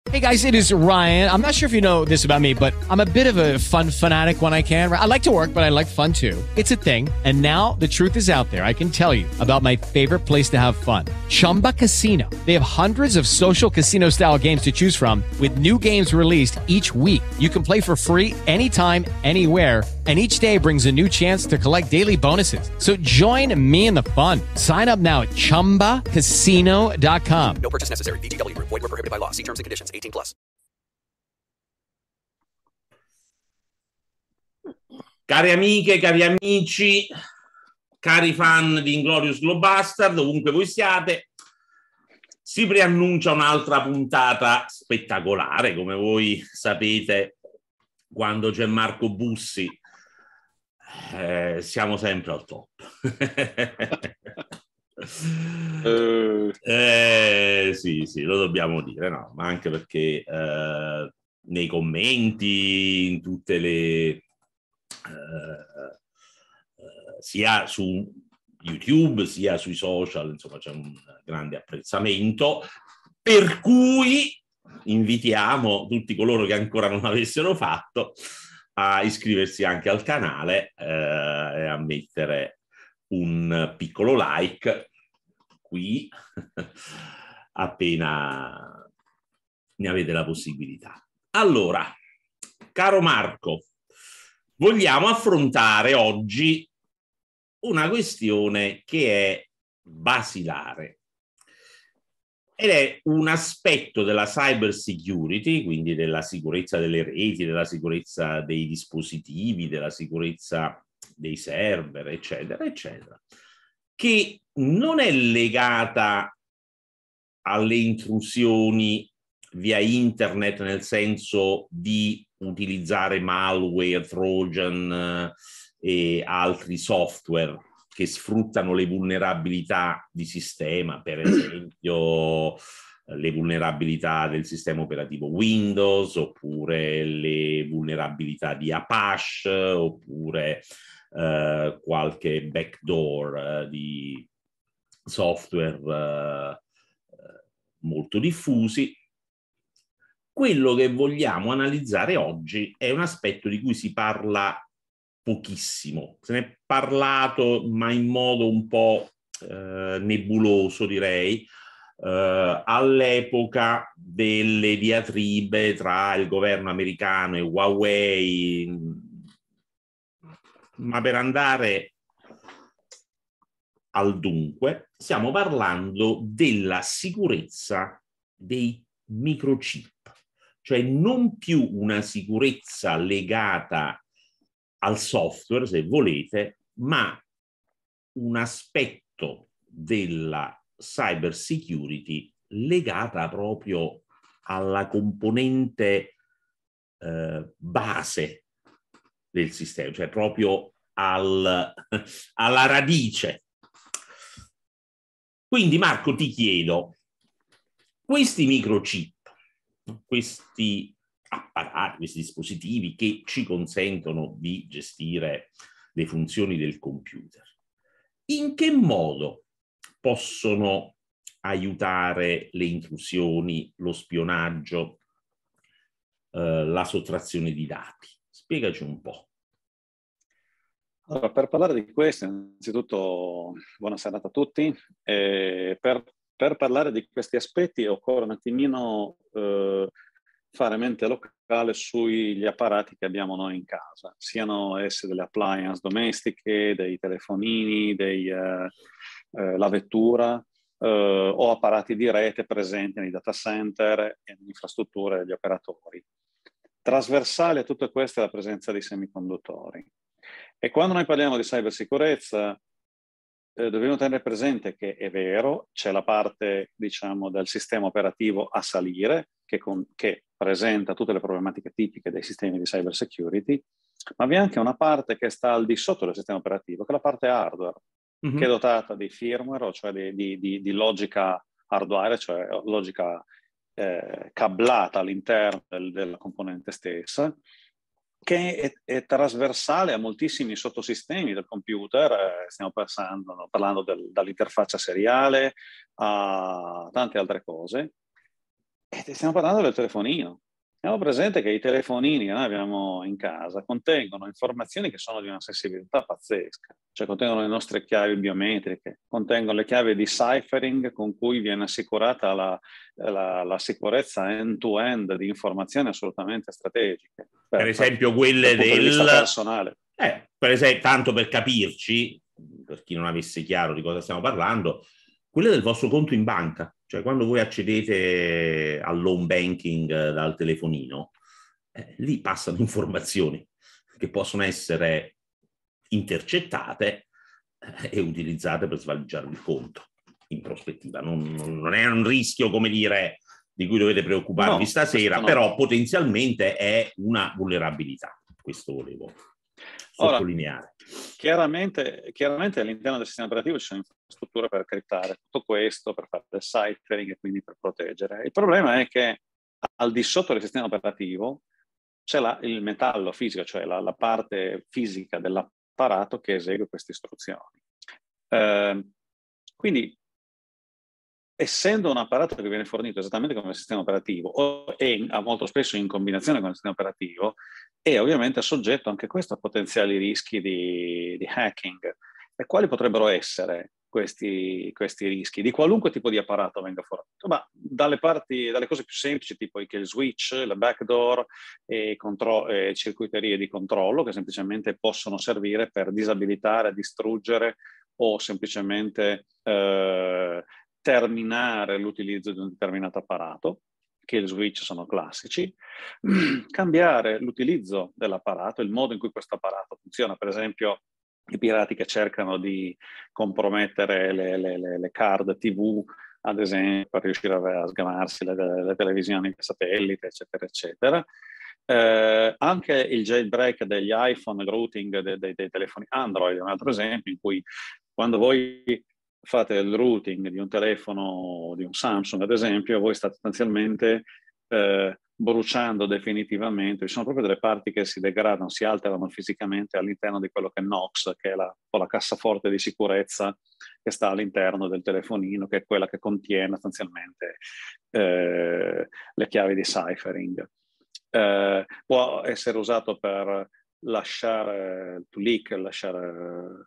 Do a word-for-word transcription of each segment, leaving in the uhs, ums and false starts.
Hey guys, it is Ryan. I'm not sure if you know this about me, but I'm a bit of a fun fanatic when I can. I like to work, but I like fun too. It's a thing. And now the truth is out there. I can tell you about my favorite place to have fun. Chumba Casino. They have hundreds of social casino style games to choose from with new games released each week. You can play for free anytime, anywhere. And each day brings a new chance to collect daily bonuses. So join me in the fun. Sign up now at chumba casino dot com. No purchase necessary. V G W. Void where prohibited by law. See terms and conditions. eighteen plus. Cari amiche, cari amici, cari fan di Inglorious Globastard, ovunque voi siate, si preannuncia un'altra puntata spettacolare, come voi sapete, quando c'è Marco Bussi eh, siamo sempre al top. uh. eh, sì, sì, lo dobbiamo dire, no? Ma anche perché eh, nei commenti, in tutte le... Uh, uh, sia su YouTube sia sui social, insomma c'è un grande apprezzamento, per cui invitiamo tutti coloro che ancora non avessero fatto a iscriversi anche al canale uh, e a mettere un piccolo like qui appena ne avete la possibilità. Allora, caro Marco, vogliamo affrontare oggi una questione che è basilare ed è un aspetto della cyber security, quindi della sicurezza delle reti, della sicurezza dei dispositivi, della sicurezza dei server, eccetera, eccetera, che non è legata alle intrusioni via internet nel senso di utilizzare malware, trojan eh, e altri software che sfruttano le vulnerabilità di sistema, per esempio le vulnerabilità del sistema operativo Windows, oppure le vulnerabilità di Apache, oppure eh, qualche backdoor eh, di software eh, molto diffusi. Quello che vogliamo analizzare oggi è un aspetto di cui si parla pochissimo. Se ne è parlato, ma in modo un po' eh, nebuloso, direi, eh, all'epoca delle diatribe tra il governo americano e Huawei. Ma per andare al dunque, stiamo parlando della sicurezza dei microchip. Cioè non più una sicurezza legata al software, se volete, ma un aspetto della cyber security legata proprio alla componente eh, base del sistema, cioè proprio al, alla radice. Quindi Marco, ti chiedo, questi microchip, questi apparati, questi dispositivi che ci consentono di gestire le funzioni del computer, in che modo possono aiutare le intrusioni, lo spionaggio, eh, la sottrazione di dati? Spiegaci un po'. Allora, per parlare di questo, innanzitutto buona serata a tutti. Eh, per, per parlare di questi aspetti occorre un attimino eh, fare mente locale sugli apparati che abbiamo noi in casa, siano esse delle appliance domestiche, dei telefonini, dei, eh, eh, la vettura eh, o apparati di rete presenti nei data center e nelle infrastrutture degli operatori. Trasversale a tutte queste è la presenza di semiconduttori. E quando noi parliamo di cybersicurezza eh, dobbiamo tenere presente che è vero, c'è la parte, diciamo, del sistema operativo a salire che, con, che presenta tutte le problematiche tipiche dei sistemi di cyber security, ma vi è anche una parte che sta al di sotto del sistema operativo, che è la parte hardware, mm-hmm. che è dotata di firmware, cioè di, di, di, di logica hardware, cioè logica eh, cablata all'interno del, della componente stessa, che è, è trasversale a moltissimi sottosistemi del computer. Eh, stiamo passando, parlando del, dall'interfaccia seriale a tante altre cose, E stiamo parlando del telefonino. Abbiamo presente che i telefonini che noi abbiamo in casa contengono informazioni che sono di una sensibilità pazzesca, cioè contengono le nostre chiavi biometriche, contengono le chiavi di ciphering con cui viene assicurata la, la, la sicurezza end-to-end di informazioni assolutamente strategiche. Per, per esempio quelle per, del... del... personale. Eh, per esempio, tanto per capirci, per chi non avesse chiaro di cosa stiamo parlando, quelle del vostro conto in banca. Cioè, quando voi accedete all'home banking dal telefonino, eh, lì passano informazioni che possono essere intercettate eh, e utilizzate per svaligiare il conto in prospettiva. Non, non è un rischio, come dire, di cui dovete preoccuparvi no, stasera, no. Però potenzialmente è una vulnerabilità. Questo volevo sottolineare. Ora, chiaramente, chiaramente all'interno del sistema operativo ci sono infrastrutture per criptare tutto questo, per fare del ciphering e quindi per proteggere. Il problema è che al di sotto del sistema operativo c'è la, il metallo fisico, cioè la, la parte fisica dell'apparato che esegue queste istruzioni. Eh, quindi, essendo un apparato che viene fornito esattamente come il sistema operativo o è molto spesso in combinazione con il sistema operativo, è ovviamente soggetto anche questo a potenziali rischi di, di hacking. E quali potrebbero essere questi, questi rischi? Di qualunque tipo di apparato venga fornito, ma dalle parti, dalle cose più semplici, tipo i kill switch, la backdoor e, contro- e circuiterie di controllo che semplicemente possono servire per disabilitare, distruggere o semplicemente eh, terminare l'utilizzo di un determinato apparato. Kill switch sono classici, cambiare l'utilizzo dell'apparato, il modo in cui questo apparato funziona, per esempio i pirati che cercano di compromettere le, le, le, le card tivù, ad esempio, per riuscire a, a sgamarsi le, le televisioni di satellite, eccetera, eccetera. Eh, anche il jailbreak degli iPhone, il routing dei, dei, dei telefoni Android è un altro esempio in cui quando voi fate il routing di un telefono, di un Samsung ad esempio, voi state sostanzialmente eh, bruciando definitivamente, ci sono proprio delle parti che si degradano, si alterano fisicamente all'interno di quello che è N O X, che è la, la cassaforte di sicurezza che sta all'interno del telefonino, che è quella che contiene sostanzialmente eh, le chiavi di ciphering. Eh, può essere usato per lasciare, to leak, lasciare...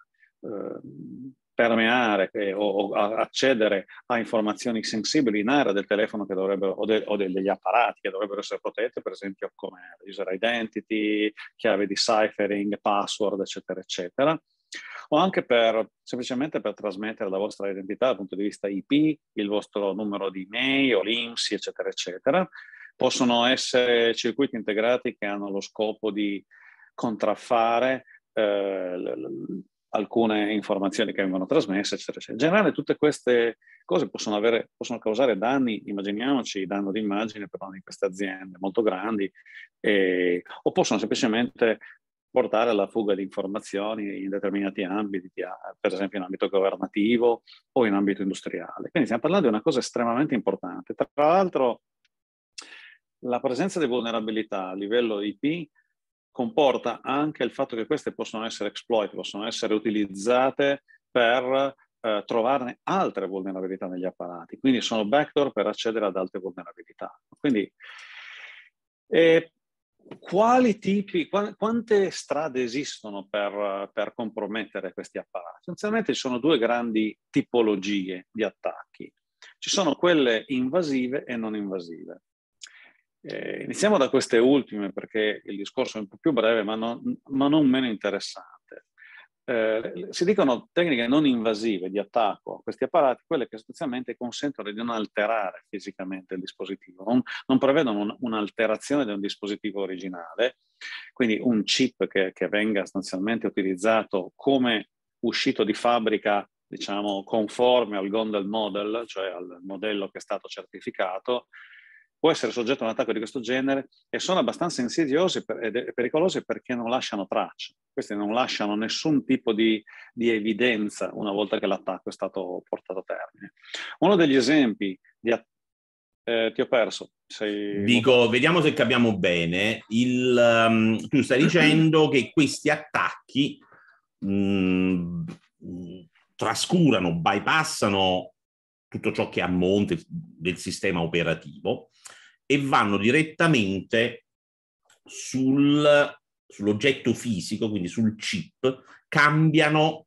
Eh, permeare eh, o, o accedere a informazioni sensibili in area del telefono che dovrebbero, o, de, o degli apparati che dovrebbero essere protette, per esempio come user identity, chiave di ciphering, password, eccetera, eccetera. O anche per semplicemente per trasmettere la vostra identità dal punto di vista I P, il vostro numero di email o l'I M S I, eccetera, eccetera. Possono essere circuiti integrati che hanno lo scopo di contraffare eh, l, l, alcune informazioni che vengono trasmesse, eccetera, eccetera. In generale tutte queste cose possono, avere, possono causare danni, immaginiamoci, danno di immagine per una di queste aziende molto grandi, eh, o possono semplicemente portare alla fuga di informazioni in determinati ambiti, per esempio in ambito governativo o in ambito industriale. Quindi stiamo parlando di una cosa estremamente importante. Tra l'altro la presenza di vulnerabilità a livello I P comporta anche il fatto che queste possono essere exploit, possono essere utilizzate per eh, trovarne altre vulnerabilità negli apparati. Quindi sono backdoor per accedere ad altre vulnerabilità. Quindi eh, quali tipi, qu- quante strade esistono per, per compromettere questi apparati? Essenzialmente ci sono due grandi tipologie di attacchi. Ci sono quelle invasive e non invasive. Eh, iniziamo da queste ultime perché il discorso è un po' più breve ma non, ma non meno interessante. Eh, si dicono tecniche non invasive di attacco a questi apparati, quelle che sostanzialmente consentono di non alterare fisicamente il dispositivo, non, non prevedono un, un'alterazione di un dispositivo originale, quindi un chip che, che venga sostanzialmente utilizzato come uscito di fabbrica, diciamo conforme al Gondel Model, cioè al modello che è stato certificato, può essere soggetto a un attacco di questo genere e sono abbastanza insidiosi e pericolosi perché non lasciano traccia. Questi non lasciano nessun tipo di, di evidenza una volta che l'attacco è stato portato a termine. Uno degli esempi di att- eh, ti ho perso. Sei Dico, molto... vediamo se capiamo bene. Il, um, tu stai dicendo che questi attacchi mh, trascurano, bypassano tutto ciò che è a monte del sistema operativo, e vanno direttamente sul, sull'oggetto fisico, quindi sul chip, cambiano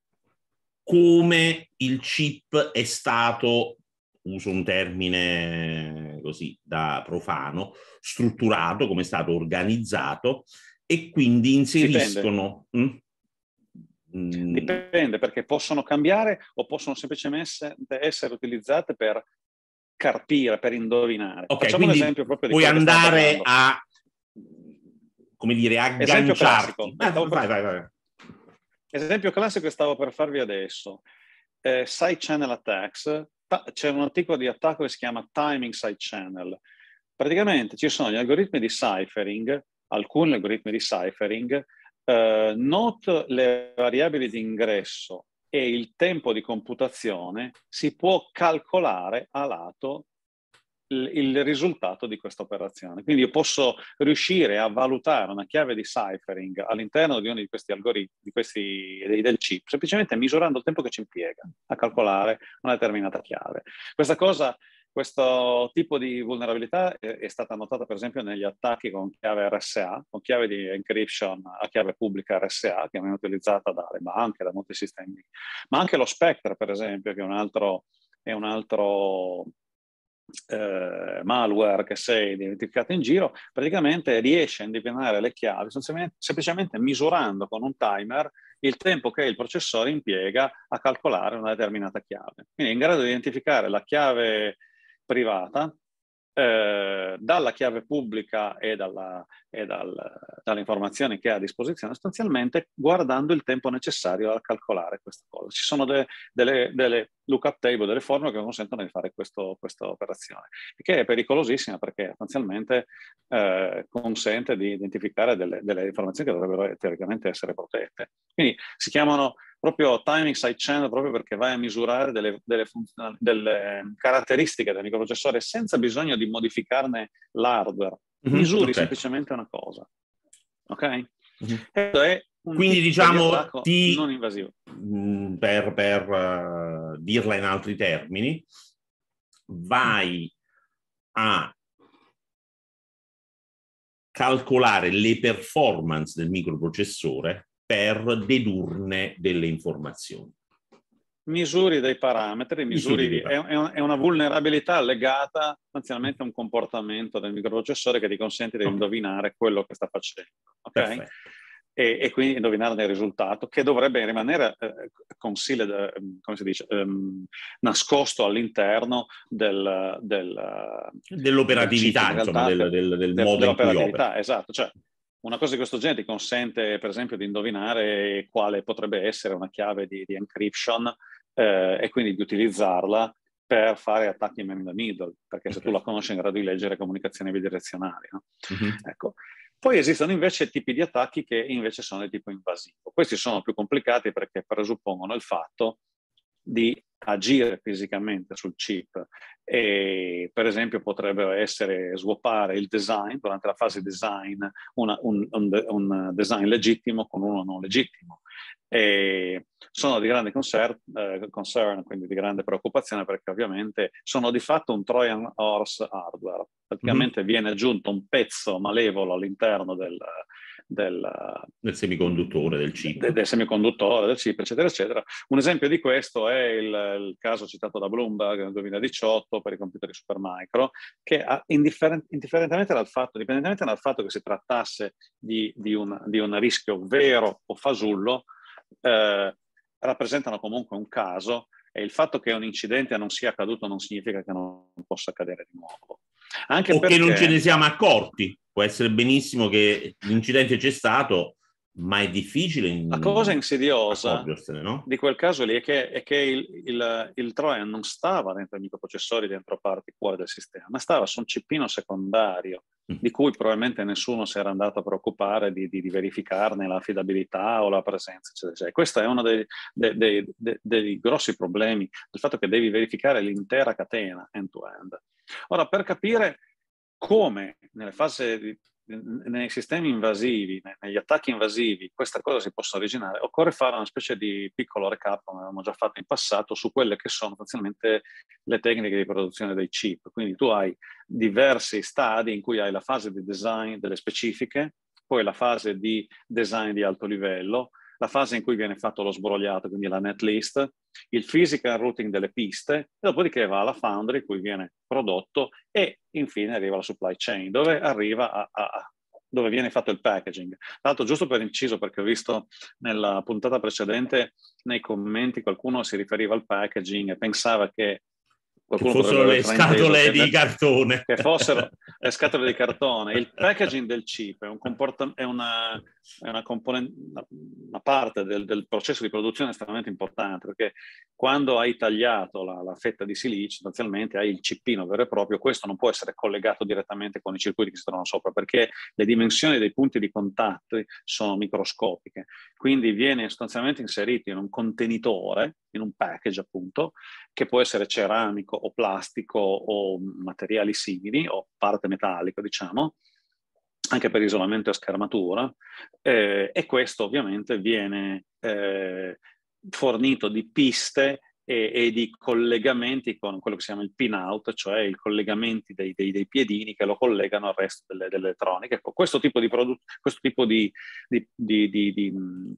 come il chip è stato, uso un termine così da profano, strutturato, come è stato organizzato, e quindi inseriscono... Dipende. Mm? Dipende, perché possono cambiare o possono semplicemente essere utilizzate per carpire, per indovinare. Ok, Facciamo quindi un esempio proprio di puoi andare parlando. a, come dire, agganciarti. Eh, vai, per... vai, vai. Esempio classico che stavo per farvi adesso. Eh, side channel attacks. C'è un articolo di attacco che si chiama Timing Side Channel. Praticamente ci sono gli algoritmi di ciphering, alcuni algoritmi di ciphering, eh, not le variabili di ingresso e il tempo di computazione, si può calcolare a lato il, il risultato di questa operazione. Quindi io posso riuscire a valutare una chiave di ciphering all'interno di uno di questi algoritmi, di questi, del chip, semplicemente misurando il tempo che ci impiega a calcolare una determinata chiave. Questa cosa, questo tipo di vulnerabilità è, è stata notata per esempio negli attacchi con chiave R S A, con chiave di encryption a chiave pubblica R S A, che viene utilizzata dalle banche, da molti sistemi, ma anche lo Spectre per esempio, che è un altro, è un altro eh, malware che si è identificato in giro, praticamente riesce a indovinare le chiavi semplicemente, semplicemente misurando con un timer il tempo che il processore impiega a calcolare una determinata chiave. Quindi è in grado di identificare la chiave privata eh, dalla chiave pubblica e, dalla, e dal, dalle informazioni che ha a disposizione, sostanzialmente guardando il tempo necessario a calcolare questa cosa. Ci sono de, delle, delle lookup table, delle formule che consentono di fare questo, questa operazione, che è pericolosissima perché sostanzialmente eh, consente di identificare delle, delle informazioni che dovrebbero teoricamente essere protette. Quindi si chiamano proprio timing side channel proprio perché vai a misurare delle, delle, delle caratteristiche del microprocessore senza bisogno di modificarne l'hardware. Mm-hmm, misuri okay. semplicemente una cosa. Ok? Mm-hmm. È un Quindi diciamo ti, non invasivo. Mh, per, per uh, dirla in altri termini, vai a calcolare le performance del microprocessore per dedurne delle informazioni. Misuri dei parametri, misuri, misuri dei parametri. È, è una vulnerabilità legata sostanzialmente a un comportamento del microprocessore che ti consente di okay. indovinare quello che sta facendo. Okay? E, e quindi indovinarne il risultato, che dovrebbe rimanere eh, concealed, come si dice, um, nascosto all'interno del, del, dell'operatività, del insomma, del, del, del modo dell'operatività, in cui opera. Esatto. Cioè, una cosa di questo genere ti consente, per esempio, di indovinare quale potrebbe essere una chiave di, di encryption eh, e quindi di utilizzarla per fare attacchi man in the middle, perché okay. se tu la conosci è in grado di leggere comunicazioni bidirezionali. No? Mm-hmm. Ecco. Poi esistono invece tipi di attacchi che invece sono di tipo invasivo. Questi sono più complicati perché presuppongono il fatto di agire fisicamente sul chip e per esempio potrebbero essere swappare il design durante la fase design, una, un, un, un design legittimo con uno non legittimo. E sono di grande concern, eh, concern, quindi di grande preoccupazione perché ovviamente sono di fatto un Trojan horse hardware. Praticamente mm-hmm. viene aggiunto un pezzo malevolo all'interno del, del, del semiconduttore, del chip. Del, del semiconduttore, del chip, eccetera, eccetera. Un esempio di questo è il, il caso citato da Bloomberg nel duemiladiciotto per i computer di Supermicro, che ha, indifferent, indifferentemente dal fatto, indipendentemente dal fatto che si trattasse di, di, un, di un rischio vero o fasullo, eh, rappresentano comunque un caso e il fatto che un incidente non sia accaduto non significa che non possa accadere di nuovo. Anche o perché... che non ce ne siamo accorti. Può essere benissimo che l'incidente c'è stato, ma è difficile in... La cosa insidiosa no? di quel caso lì è che, è che il, il, il Trojan non stava dentro i microprocessori, dentro parti cuore del sistema, ma stava su un cippino secondario, mm. di cui probabilmente nessuno si era andato a preoccupare di, di, di verificarne l'affidabilità o la presenza, eccetera, eccetera. Questo è uno dei, dei, dei, dei, dei grossi problemi, del fatto che devi verificare l'intera catena end-to-end. Ora, per capire come nelle fasi di, nei sistemi invasivi, negli attacchi invasivi, questa cosa si possa originare, occorre fare una specie di piccolo recap, come avevamo già fatto in passato, su quelle che sono essenzialmente le tecniche di produzione dei chip. Quindi tu hai diversi stadi in cui hai la fase di design delle specifiche, poi la fase di design di alto livello, la fase in cui viene fatto lo sbrogliato, quindi la netlist, il physical routing delle piste, e dopodiché va alla foundry in cui viene prodotto e infine arriva alla supply chain, dove arriva a, a, a dove viene fatto il packaging. Tra l'altro, giusto per inciso, perché ho visto nella puntata precedente nei commenti qualcuno si riferiva al packaging e pensava che Che fossero le scatole di cartone. Che fossero le scatole di cartone. Il packaging del chip è, un comporta- è, una, è una, componente, una parte del, del processo di produzione estremamente importante, perché quando hai tagliato la, la fetta di silicio, sostanzialmente hai il cippino vero e proprio. Questo non può essere collegato direttamente con i circuiti che si trovano sopra, perché le dimensioni dei punti di contatto sono microscopiche. Quindi viene sostanzialmente inserito in un contenitore, in un package appunto, che può essere ceramico o plastico o materiali simili o parte metallica, diciamo, anche per isolamento e schermatura, eh, e questo ovviamente viene eh, fornito di piste e, e di collegamenti con quello che si chiama il pin-out, cioè i collegamenti dei, dei, dei piedini che lo collegano al resto delle, dell'elettronica. Ecco, questo tipo di prodotto, questo tipo di, di, di, di, di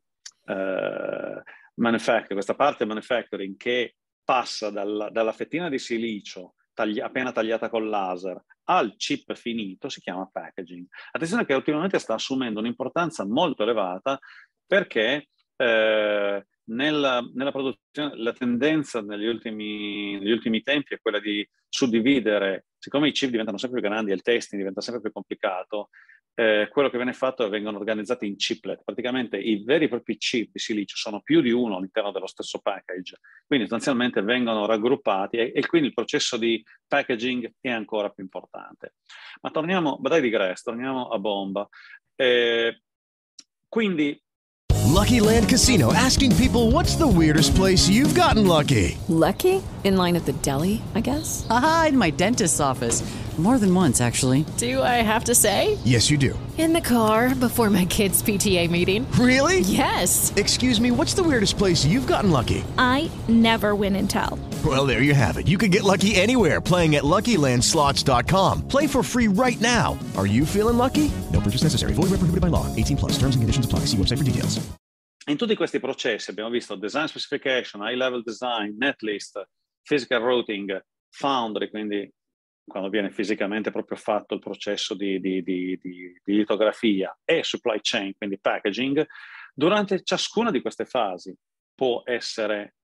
uh, manufacturing, questa parte manufacturing che passa dalla, dalla fettina di silicio tagli- appena tagliata col laser al chip finito, si chiama packaging. Attenzione che ultimamente sta assumendo un'importanza molto elevata, perché eh, nella, nella produzione la tendenza negli ultimi, negli ultimi tempi è quella di suddividere, siccome i chip diventano sempre più grandi e il testing diventa sempre più complicato, eh, quello che viene fatto è che vengono organizzati in chiplet. Praticamente i veri e propri chip di silicio sono più di uno all'interno dello stesso package, quindi sostanzialmente vengono raggruppati e, e quindi il processo di packaging è ancora più importante. Ma torniamo, ma dai digresso, torniamo a bomba. Eh, quindi Lucky Land Casino, asking people, what's the weirdest place you've gotten lucky? Lucky? In line at the deli, I guess? Aha, in my dentist's office. More than once, actually. Do I have to say? Yes, you do. In the car before my kids' P T A meeting. Really? Yes. Excuse me, what's the weirdest place you've gotten lucky? I never win and tell. Well, there you have it. You can get lucky anywhere, playing at Lucky Land Slots dot com. Play for free right now. Are you feeling lucky? No purchase necessary. Void where prohibited by law. eighteen plus. Terms and conditions apply. See website for details. In tutti questi processi abbiamo visto design specification, high level design, netlist, physical routing, foundry, quindi quando viene fisicamente proprio fatto il processo di, di, di, di, di litografia, e supply chain, quindi packaging. Durante ciascuna di queste fasi può essere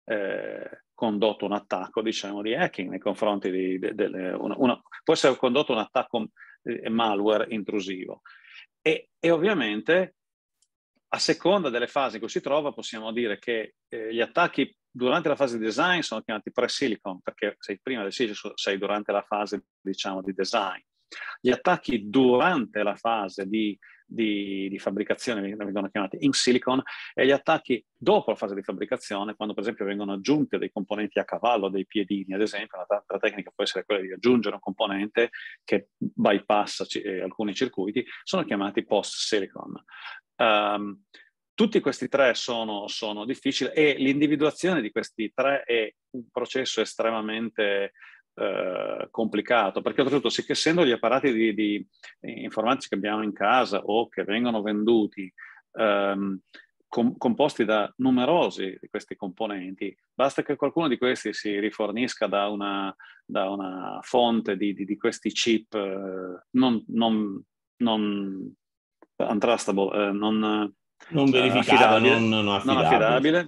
eh, condotto un attacco, diciamo, di hacking nei confronti di, di, di una, una, può essere condotto un attacco eh, malware intrusivo. E, e ovviamente a seconda delle fasi in cui si trova possiamo dire che eh, gli attacchi durante la fase di design sono chiamati pre-silicon, perché sei prima del silicio, sei durante la fase, diciamo, di design. Gli attacchi durante la fase di, di, di fabbricazione vengono chiamati in silicon, e gli attacchi dopo la fase di fabbricazione, quando per esempio vengono aggiunti dei componenti a cavallo dei piedini, ad esempio, un'altra tecnica può essere quella di aggiungere un componente che bypassa c- alcuni circuiti, sono chiamati post-silicon. Um, tutti questi tre sono, sono difficili, e l'individuazione di questi tre è un processo estremamente uh, complicato, perché oltretutto, sì, che essendo gli apparati di, di informatici che abbiamo in casa o che vengono venduti um, com- composti da numerosi di questi componenti, basta che qualcuno di questi si rifornisca da una, da una fonte di, di, di questi chip uh, non, non, non untrustable, eh, non, non verificato, affidabile, non, non affidabile, non affidabile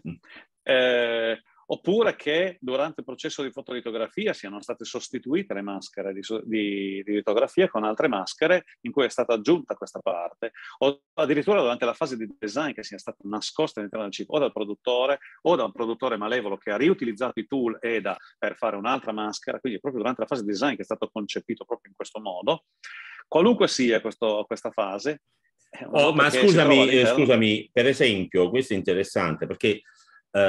eh, oppure che durante il processo di fotolitografia siano state sostituite le maschere di, di, di litografia con altre maschere in cui è stata aggiunta questa parte, o addirittura durante la fase di design che sia stata nascosta all'interno del chip o dal produttore o da un produttore malevolo che ha riutilizzato i tool E D A per fare un'altra maschera, quindi proprio durante la fase di design che è stato concepito proprio in questo modo. Qualunque sia questo, questa fase. Oh, ma scusami, eh, scusami, per esempio, questo è interessante perché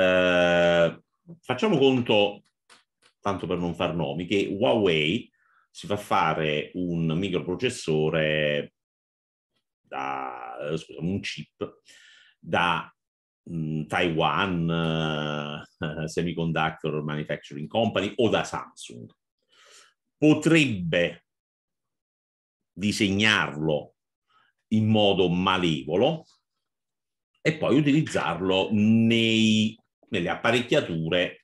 eh, facciamo conto, tanto per non far nomi, che Huawei si fa fare un microprocessore da, scusa, un chip da mh, Taiwan uh, Semiconductor Manufacturing Company o da Samsung. Potrebbe disegnarlo in modo malevolo e poi utilizzarlo nei, nelle apparecchiature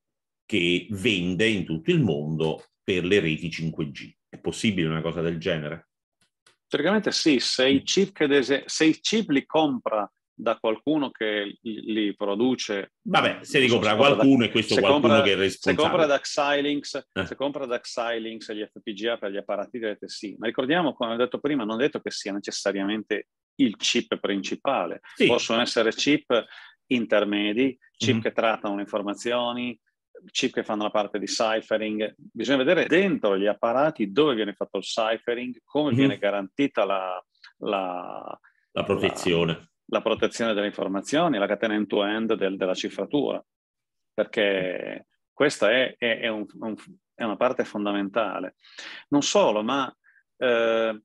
che vende in tutto il mondo per le reti cinque G. È possibile una cosa del genere? Teoricamente sì, se i chip, che dese- se i chip li compra da qualcuno che li produce... Vabbè, se li so, compra se qualcuno da, e questo qualcuno compra, che è responsabile. Se compra da Xilinx, eh. se compra da Xilinx gli F P G A per gli apparati, direte sì. Ma ricordiamo, come ho detto prima, non è detto che sia necessariamente il chip principale. Sì. Possono essere chip intermedi, chip mm-hmm. che trattano le informazioni, chip che fanno la parte di ciphering. Bisogna vedere dentro gli apparati dove viene fatto il ciphering, come mm-hmm. viene garantita la, la, la protezione. La, la protezione delle informazioni, la catena end-to-end del, della cifratura, perché questa è, è, è, un, un, è una parte fondamentale. Non solo, ma eh,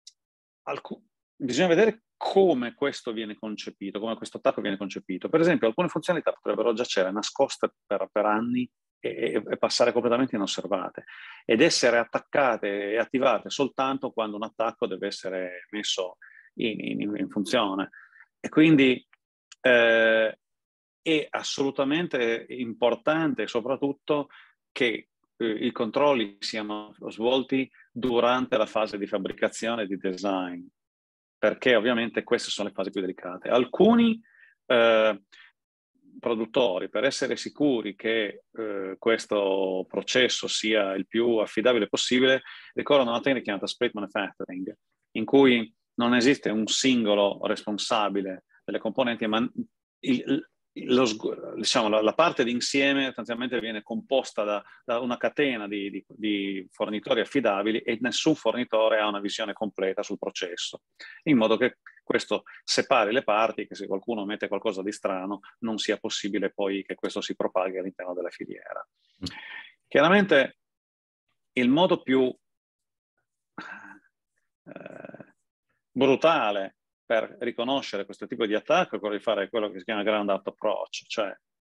alc- bisogna vedere come questo viene concepito, come questo attacco viene concepito. Per esempio, alcune funzionalità potrebbero giacere nascoste per, per anni e, e passare completamente inosservate ed essere attaccate e attivate soltanto quando un attacco deve essere messo in, in, in funzione. E quindi eh, è assolutamente importante soprattutto che eh, i controlli siano svolti durante la fase di fabbricazione e di design, perché ovviamente queste sono le fasi più delicate. Alcuni eh, produttori, per essere sicuri che eh, questo processo sia il più affidabile possibile, ricordano una tecnica chiamata split manufacturing, in cui non esiste un singolo responsabile delle componenti, ma il, lo, diciamo, la, la parte d'insieme sostanzialmente viene composta da, da una catena di, di, di fornitori affidabili e nessun fornitore ha una visione completa sul processo, in modo che questo separi le parti, che se qualcuno mette qualcosa di strano non sia possibile poi che questo si propaghi all'interno della filiera. Mm. Chiaramente il modo più eh, brutale per riconoscere questo tipo di attacco è quello di fare quello che si chiama ground up approach, cioè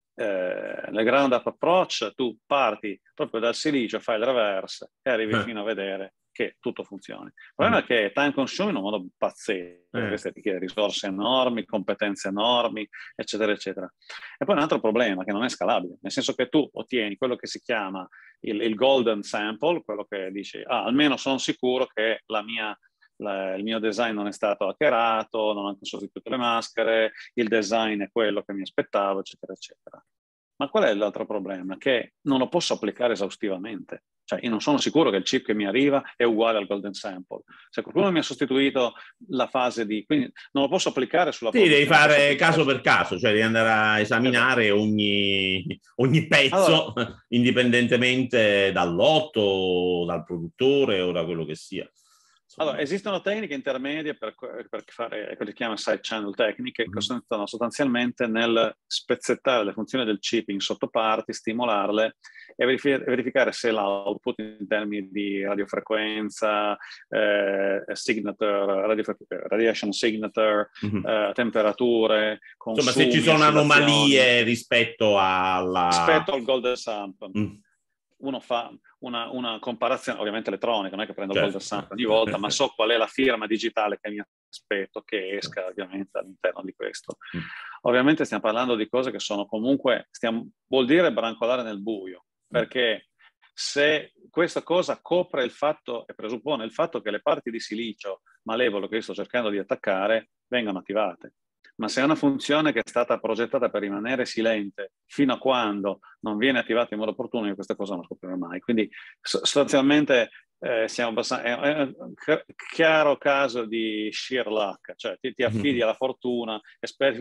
eh, nel ground up approach tu parti proprio dal silicio, fai il reverse e arrivi eh. fino a vedere che tutto funzioni. Il problema mm. è che è time consuming in un modo pazzesco, eh. queste richiede risorse enormi, competenze enormi, eccetera, eccetera. E poi un altro problema che non è scalabile, nel senso che tu ottieni quello che si chiama il, il golden sample, quello che dici, ah, almeno sono sicuro che la mia La, il mio design non è stato hackerato, non hanno sostituito le maschere, il design è quello che mi aspettavo, eccetera, eccetera. Ma qual è l'altro problema? Che non lo posso applicare esaustivamente. Cioè, io non sono sicuro che il chip che mi arriva è uguale al golden sample. Se qualcuno mi ha sostituito la fase di... Quindi non lo posso applicare sulla... Sì, devi fare caso per caso, cioè devi andare a esaminare esatto. ogni, ogni pezzo, allora, indipendentemente dal lotto, dal produttore o da quello che sia. Allora, esistono tecniche intermedie per, per fare quello che si chiama side channel technique, che consistono sostanzialmente nel spezzettare le funzioni del chip in sottoparti, stimolarle e verifi- verificare se l'output in termini di radiofrequenza, eh, signature, radiofre- radiation signature, mm-hmm. eh, temperature, consumi, insomma, se ci sono anomalie rispetto alla... rispetto al golden sample. Mm. Uno fa una, una comparazione ovviamente elettronica, non è che prendo certo. il golden sample ogni volta, ma so qual è la firma digitale che mi aspetto che esca ovviamente all'interno di questo. Mm. Ovviamente stiamo parlando di cose che sono comunque, stiamo, vuol dire brancolare nel buio, perché se questa cosa copre il fatto e presuppone il fatto che le parti di silicio malevolo che io sto cercando di attaccare vengano attivate. Ma se è una funzione che è stata progettata per rimanere silente fino a quando non viene attivata in modo opportuno, io questa cosa non scoprirò mai. Quindi sostanzialmente eh, siamo abbastanza, è, è un chiaro caso di sheer luck, cioè ti, ti affidi mm-hmm. alla fortuna e speri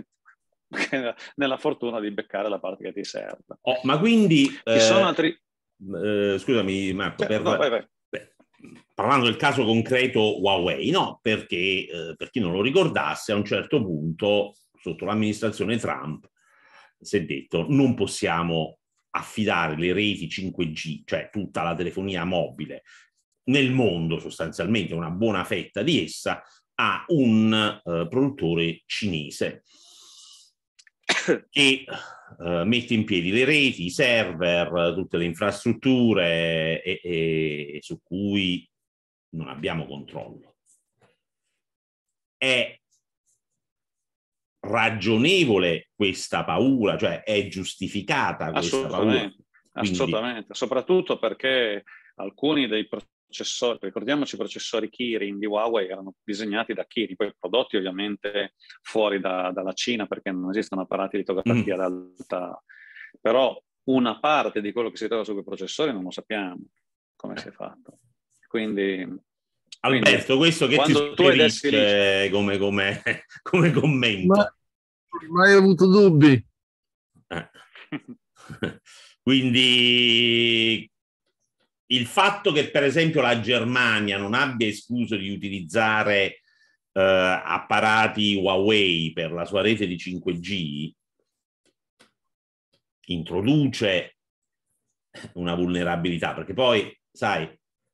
nella fortuna di beccare la parte che ti serve. Oh, ma quindi... Ci eh, sono altri... Eh, scusami Marco, cioè, per... no, vai, vai. parlando del caso concreto Huawei, no? Perché eh, per chi non lo ricordasse, a un certo punto, sotto l'amministrazione Trump, si è detto non possiamo affidare le reti cinque G, cioè tutta la telefonia mobile, nel mondo sostanzialmente una buona fetta di essa a un uh, produttore cinese che uh, mette in piedi le reti, i server, tutte le infrastrutture e, e su cui non abbiamo controllo. È ragionevole questa paura, cioè è giustificata questa paura? Quindi... Assolutamente, soprattutto perché alcuni dei processori, ricordiamoci, i processori Kirin di Huawei erano disegnati da Kirin, poi prodotti ovviamente fuori da, dalla Cina perché non esistono apparati di litografia mm. ad alta, però una parte di quello che si trova su quei processori non lo sappiamo come si è fatto. Quindi, Alberto, quindi, questo che ti suggerisce come, come, come commento? Ma, mai avuto dubbi. Eh. Quindi il fatto che per esempio la Germania non abbia escluso di utilizzare eh, apparati Huawei per la sua rete di cinque G introduce una vulnerabilità, perché poi sai,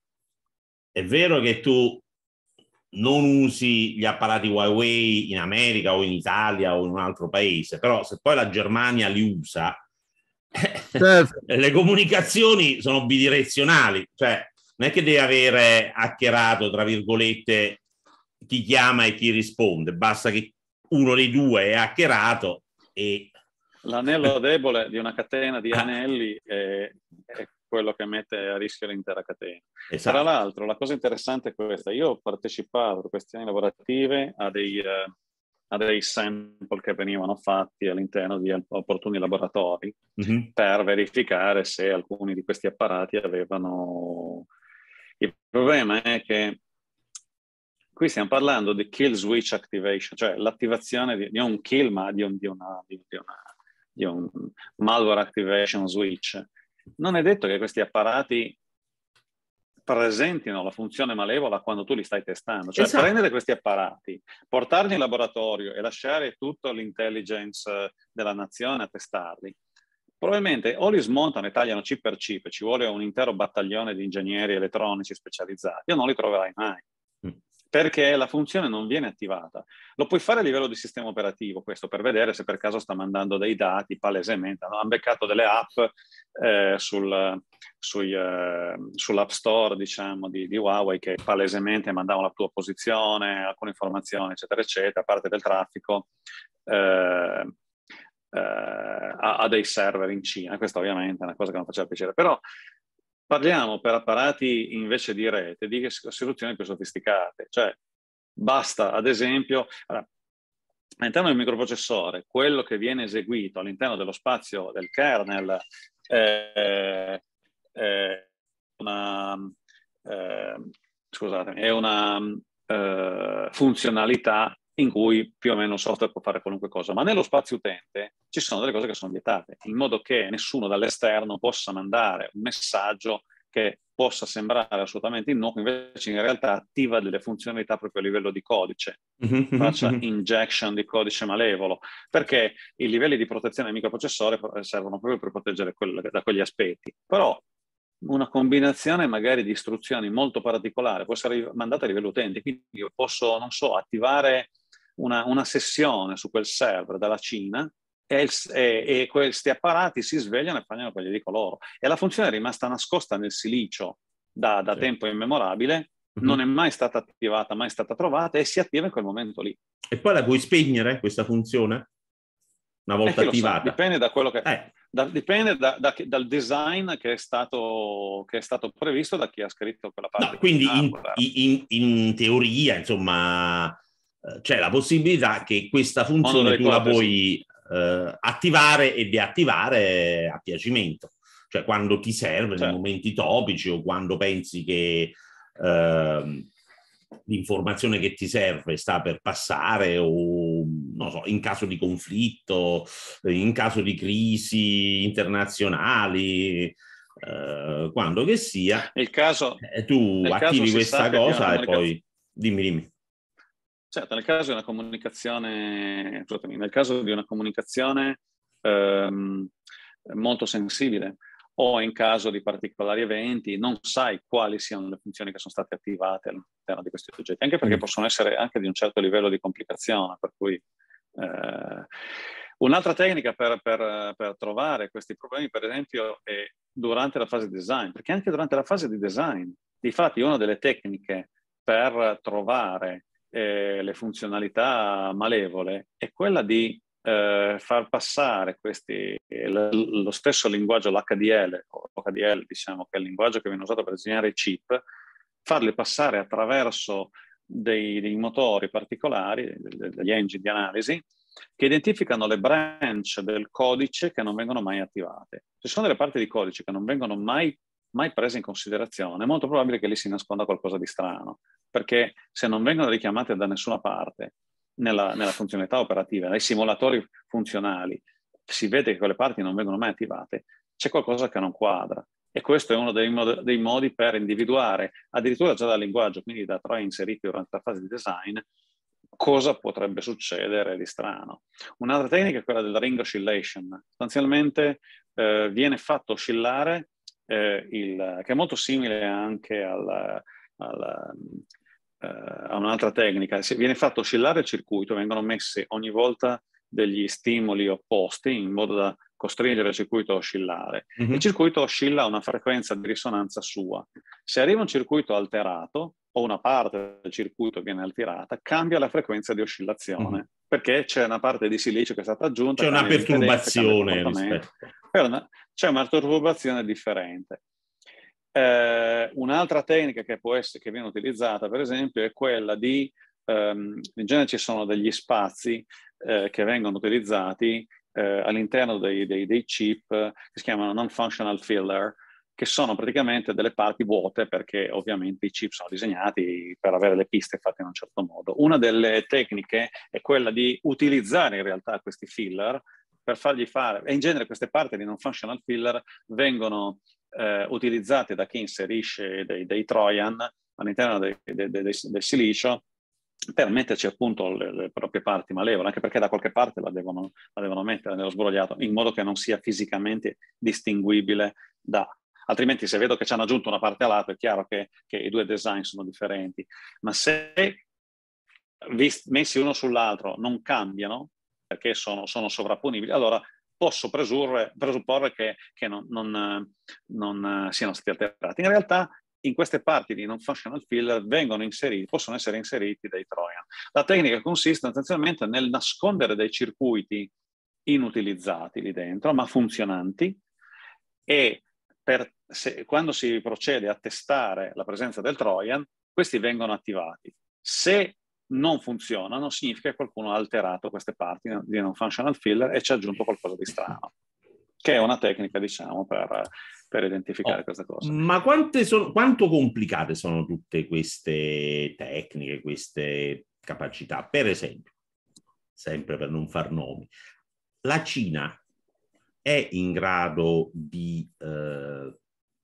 è vero che tu non usi gli apparati Huawei in America o in Italia o in un altro paese, però se poi la Germania li usa, certo. Le comunicazioni sono bidirezionali, cioè non è che devi avere hackerato, tra virgolette, chi chiama e chi risponde, basta che uno dei due è hackerato e... L'anello debole di una catena di anelli è, è quello che mette a rischio l'intera catena. Esatto. Tra l'altro la cosa interessante è questa, io ho partecipato per questioni lavorative a dei... Eh, a dei sample che venivano fatti all'interno di opportuni laboratori mm-hmm. per verificare se alcuni di questi apparati avevano... Il problema è che qui stiamo parlando di kill switch activation, cioè l'attivazione di, di un kill, ma di un, di, una, di, una, di un malware activation switch. Non è detto che questi apparati presentino la funzione malevola quando tu li stai testando, cioè esatto. Prendere questi apparati, portarli in laboratorio e lasciare tutto l'intelligence della nazione a testarli, probabilmente o li smontano e tagliano chip per chip, ci vuole un intero battaglione di ingegneri elettronici specializzati, o non li troverai mai, mm. perché la funzione non viene attivata. Lo puoi fare a livello di sistema operativo, questo per vedere se per caso sta mandando dei dati palesemente. Hanno beccato delle app eh, sul, sui, eh, sull'app store, diciamo, di, di Huawei che palesemente mandavano la tua posizione, alcune informazioni, eccetera, eccetera, a parte del traffico, eh, eh, a, a dei server in Cina. Questa ovviamente è una cosa che non faceva piacere, però parliamo per apparati invece di rete, di soluzioni più sofisticate, cioè basta ad esempio, allora, all'interno del microprocessore, quello che viene eseguito all'interno dello spazio del kernel è, è una, eh, scusatemi, è una eh, funzionalità in cui più o meno il software può fare qualunque cosa, ma nello spazio utente ci sono delle cose che sono vietate, in modo che nessuno dall'esterno possa mandare un messaggio che possa sembrare assolutamente innocuo, invece in realtà attiva delle funzionalità proprio a livello di codice, mm-hmm. faccia injection di codice malevolo, perché i livelli di protezione del microprocessore servono proprio per proteggere quel, da quegli aspetti. Però una combinazione magari di istruzioni molto particolare può essere mandata a livello utente, quindi io posso, non so, attivare una, una sessione su quel server dalla Cina e, il, e, e questi apparati si svegliano e fanno quello che gli dico loro. E la funzione è rimasta nascosta nel silicio da, da sì. tempo immemorabile, mm-hmm. non è mai stata attivata, mai stata trovata e si attiva in quel momento lì. E poi la puoi spegnere questa funzione? Una volta attivata? Dipende da quello che... Eh. Da, dipende da, da, dal design che è, stato, che è stato previsto da chi ha scritto quella parte. No, quindi in, in, in teoria, insomma, c'è la possibilità che questa funzione tu la puoi eh, attivare e deattivare a piacimento. Cioè quando ti serve, certo. nei momenti topici o quando pensi che eh, l'informazione che ti serve sta per passare o, non so, in caso di conflitto, in caso di crisi internazionali, eh, quando che sia, il caso, eh, tu attivi questa cosa e poi dimmi, dimmi. Certo, nel caso di una comunicazione, scusatemi, nel caso di una comunicazione ehm, molto sensibile o in caso di particolari eventi non sai quali siano le funzioni che sono state attivate all'interno di questi oggetti, anche perché mm. possono essere anche di un certo livello di complicazione, per cui eh, un'altra tecnica per, per, per trovare questi problemi, per esempio, è durante la fase di design, perché anche durante la fase di design, difatti, una delle tecniche per trovare eh, le funzionalità malevole è quella di eh, far passare questi, l- lo stesso linguaggio, l'H D L, o H D L, diciamo, che è il linguaggio che viene usato per disegnare i chip, farli passare attraverso dei, dei motori particolari, degli engine di analisi, che identificano le branch del codice che non vengono mai attivate. Se sono delle parti di codice che non vengono mai, mai prese in considerazione, è molto probabile che lì si nasconda qualcosa di strano, perché se non vengono richiamate da nessuna parte nella, nella funzionalità operativa, nei simulatori funzionali, si vede che quelle parti non vengono mai attivate, c'è qualcosa che non quadra. E questo è uno dei, mod- dei modi per individuare, addirittura già dal linguaggio, quindi da Trojan inseriti durante la fase di design, cosa potrebbe succedere di strano. Un'altra tecnica è quella del ring oscillation. Sostanzialmente eh, viene fatto oscillare, eh, il, che è molto simile anche al, al, eh, a un'altra tecnica, viene fatto oscillare il circuito, vengono messi ogni volta degli stimoli opposti in modo da costringere il circuito a oscillare. Mm-hmm. Il circuito oscilla a una frequenza di risonanza sua. Se arriva un circuito alterato, o una parte del circuito viene alterata, cambia la frequenza di oscillazione, mm-hmm. perché c'è una parte di silicio che è stata aggiunta. C'è una perturbazione rispetto. Una, c'è una perturbazione differente. Eh, un'altra tecnica che può essere, che viene utilizzata, per esempio, è quella di, ehm, in genere ci sono degli spazi eh, che vengono utilizzati eh, all'interno dei, dei, dei chip che si chiamano non-functional filler, che sono praticamente delle parti vuote, perché ovviamente i chip sono disegnati per avere le piste fatte in un certo modo. Una delle tecniche è quella di utilizzare in realtà questi filler per fargli fare, e in genere queste parti di non-functional filler vengono eh, utilizzate da chi inserisce dei, dei Trojan all'interno dei, dei, dei, del silicio per metterci appunto le, le proprie parti malevole, anche perché da qualche parte la devono, la devono mettere nello sbrogliato, in modo che non sia fisicamente distinguibile da... Altrimenti, se vedo che ci hanno aggiunto una parte a lato, è chiaro che, che i due design sono differenti. Ma se vist- messi uno sull'altro non cambiano, perché sono, sono sovrapponibili, allora posso presurre, presupporre che, che non, non, non siano stati alterati. In realtà, in queste parti di non-functional filler vengono inseriti, possono essere inseriti dei Trojan. La tecnica consiste essenzialmente nel nascondere dei circuiti inutilizzati lì dentro, ma funzionanti, e Per, se, quando si procede a testare la presenza del Trojan, questi vengono attivati. Se non funzionano, significa che qualcuno ha alterato queste parti di non-functional filler e ci ha aggiunto qualcosa di strano, che è una tecnica, diciamo, per, per identificare oh, queste cose. Ma quante sono, quanto complicate sono tutte queste tecniche, queste capacità? Per esempio, sempre per non far nomi, la Cina è in grado di eh,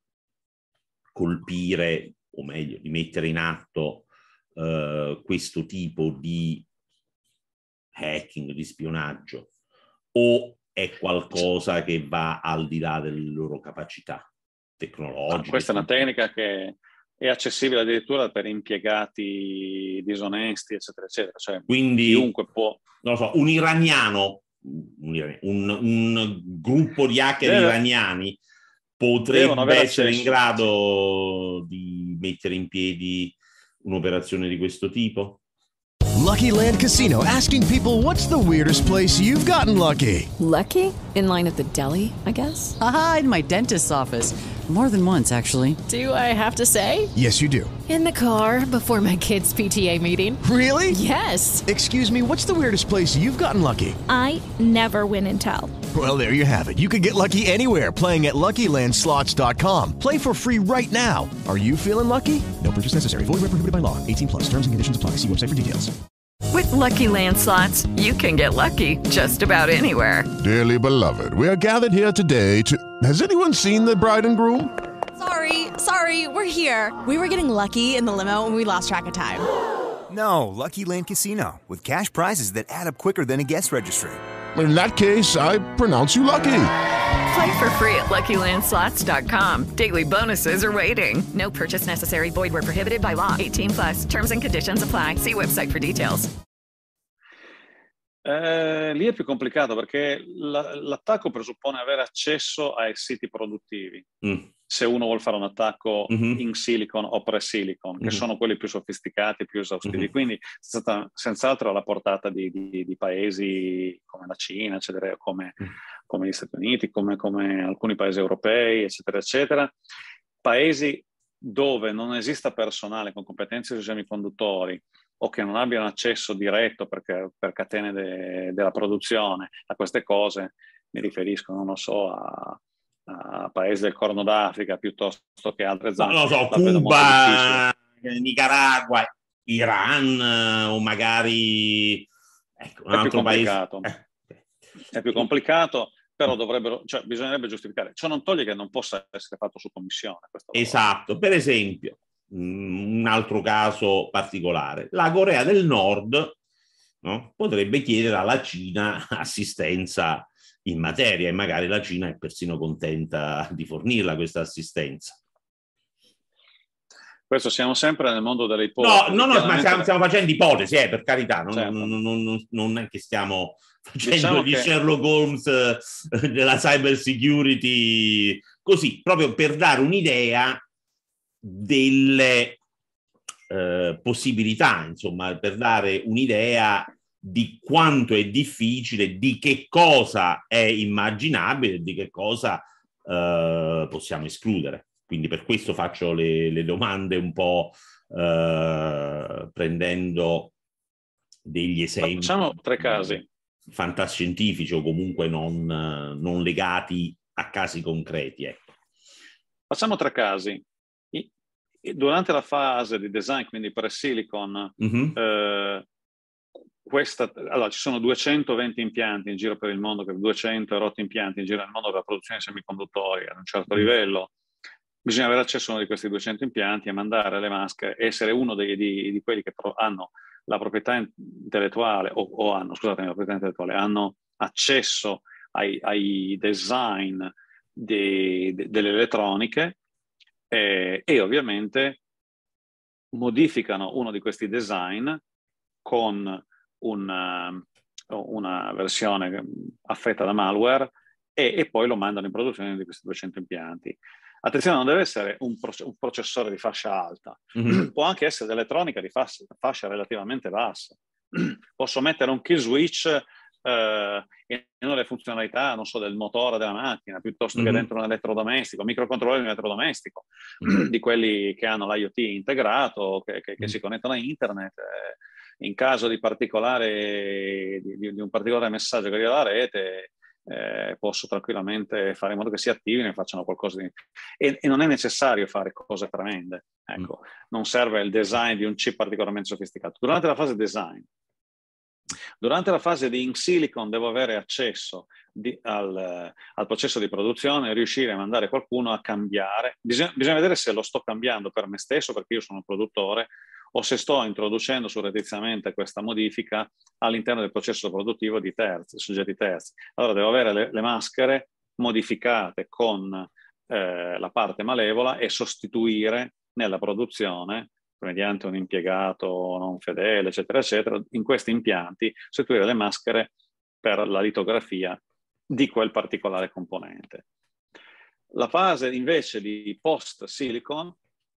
colpire, o meglio, di mettere in atto eh, questo tipo di hacking, di spionaggio, o è qualcosa che va al di là delle loro capacità tecnologiche? Ah, questa è una tecnica che è accessibile addirittura per impiegati disonesti, eccetera, eccetera. Cioè, quindi chiunque può... Non lo so, un iraniano, un, un gruppo di hacker Deve, iraniani potrebbe essere in grado di mettere in piedi un'operazione di questo tipo? Lucky Land Casino, asking people, what's the weirdest place you've gotten lucky? Lucky? In line at the deli, I guess? Aha, in my dentist's office. More than once, actually. Do I have to say? Yes, you do. In the car before my kids' P T A meeting. Really? Yes. Excuse me, what's the weirdest place you've gotten lucky? I never win and tell. Well, there you have it. You can get lucky anywhere, playing at Lucky Land Slots dot com. Play for free right now. Are you feeling lucky? No purchase necessary. Void where prohibited by law. eighteen plus. Terms and conditions apply. See website for details. With Lucky Land Slots, you can get lucky just about anywhere. Dearly beloved, we are gathered here today to... Has anyone seen the bride and groom? Sorry, sorry, we're here. We were getting lucky in the limo and we lost track of time. No, Lucky Land Casino, with cash prizes that add up quicker than a guest registry. In that case, I pronounce you lucky. Play for free at lucky land slots dot com. Daily bonuses are waiting. No purchase necessary. Void where prohibited by law. eighteen plus. Terms and conditions apply. See website for details. Eh, lì è più complicato perché la, l'attacco presuppone avere accesso ai siti produttivi. Mm. Se uno vuole fare un attacco mm-hmm. in silicon o pre-silicon, mm-hmm. che sono quelli più sofisticati, più esaustivi. Mm-hmm. Quindi è stata senz'altro alla portata di, di, di paesi come la Cina, eccetera, come, mm. come gli Stati Uniti, come, come alcuni paesi europei, eccetera, eccetera. Paesi dove non esista personale con competenze sui semiconduttori o che non abbiano accesso diretto perché, per catene de, della produzione a queste cose, mi riferisco, non lo so, a, a paesi del Corno d'Africa piuttosto che altre zone. Non lo so, Cuba, Nicaragua, Iran o magari ecco, un è altro più complicato. paese. È più complicato, però dovrebbero, cioè, bisognerebbe giustificare. Ciò non toglie che non possa essere fatto su commissione. Esatto, per esempio, un altro caso particolare, la Corea del Nord, no, potrebbe chiedere alla Cina assistenza in materia e magari la Cina è persino contenta di fornirla questa assistenza. Questo siamo sempre nel mondo delle ipotesi. No, no, no, ma stiamo, stiamo facendo ipotesi, eh, per carità, non, certo. non, non, non, non è che stiamo facendo diciamo gli che... Sherlock Holmes eh, della cyber security, così, proprio per dare un'idea delle eh, possibilità, insomma, per dare un'idea di quanto è difficile, di che cosa è immaginabile, di che cosa eh, possiamo escludere. Quindi per questo faccio le, le domande un po' eh, prendendo degli esempi. Facciamo tre casi. Fantascientifici o comunque non, non legati a casi concreti. Ecco. Facciamo tre casi. Durante la fase di design, quindi pre-silicon, mm-hmm. eh, questa, allora, ci sono duecentoventi impianti in giro per il mondo, duecento rotti impianti in giro nel mondo per la produzione di semiconduttori ad un certo mm-hmm. livello. Bisogna avere accesso a uno di questi duecento impianti e mandare le maschere, essere uno dei, di, di quelli che pro, hanno la proprietà intellettuale, o, o hanno, scusatemi, la proprietà intellettuale, hanno accesso ai, ai design de, de, delle elettroniche eh, e ovviamente modificano uno di questi design con una, una versione affetta da malware e, e poi lo mandano in produzione di questi duecento impianti. Attenzione, non deve essere un, proce- un processore di fascia alta, mm-hmm. può anche essere dell'elettronica di fascia, fascia relativamente bassa. Posso mettere un key switch eh, in una delle funzionalità, non so, del motore della macchina, piuttosto mm-hmm. che dentro un elettrodomestico, un microcontrollore di un elettrodomestico, mm-hmm. di quelli che hanno l'I O T integrato, che, che, che mm-hmm. si connettono a internet. Eh, in caso di particolare di, di un particolare messaggio che arriva dalla rete, Eh, posso tranquillamente fare in modo che si attivino e facciano qualcosa di... E, e non è necessario fare cose tremende, ecco, mm. non serve il design di un chip particolarmente sofisticato. Durante la fase design, durante la fase di in silicon devo avere accesso di, al, al processo di produzione e riuscire a mandare qualcuno a cambiare. Bisogna, bisogna vedere se lo sto cambiando per me stesso, perché io sono un produttore, o se sto introducendo surrettiziamente questa modifica all'interno del processo produttivo di terzi, soggetti terzi. Allora devo avere le, le maschere modificate con eh, la parte malevola e sostituire nella produzione, mediante un impiegato non fedele, eccetera, eccetera, in questi impianti, sostituire le maschere per la litografia di quel particolare componente. La fase invece di post-silicon,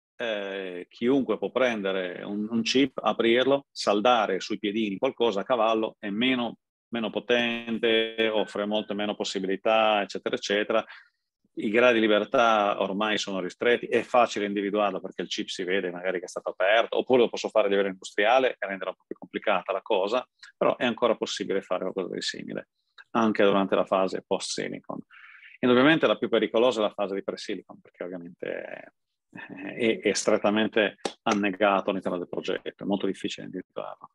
Eh, chiunque può prendere un, un chip, aprirlo, saldare sui piedini qualcosa a cavallo, è meno, meno potente, offre molte meno possibilità, eccetera, eccetera. I gradi di libertà ormai sono ristretti, è facile individuarlo perché il chip si vede magari che è stato aperto, oppure lo posso fare a livello industriale e rendere un po' più complicata la cosa, però è ancora possibile fare qualcosa di simile, anche durante la fase post-silicon. Indubbiamente la più pericolosa è la fase di pre-silicon, perché ovviamente è È, è strettamente annegato all'interno del progetto, è molto difficile individuarlo.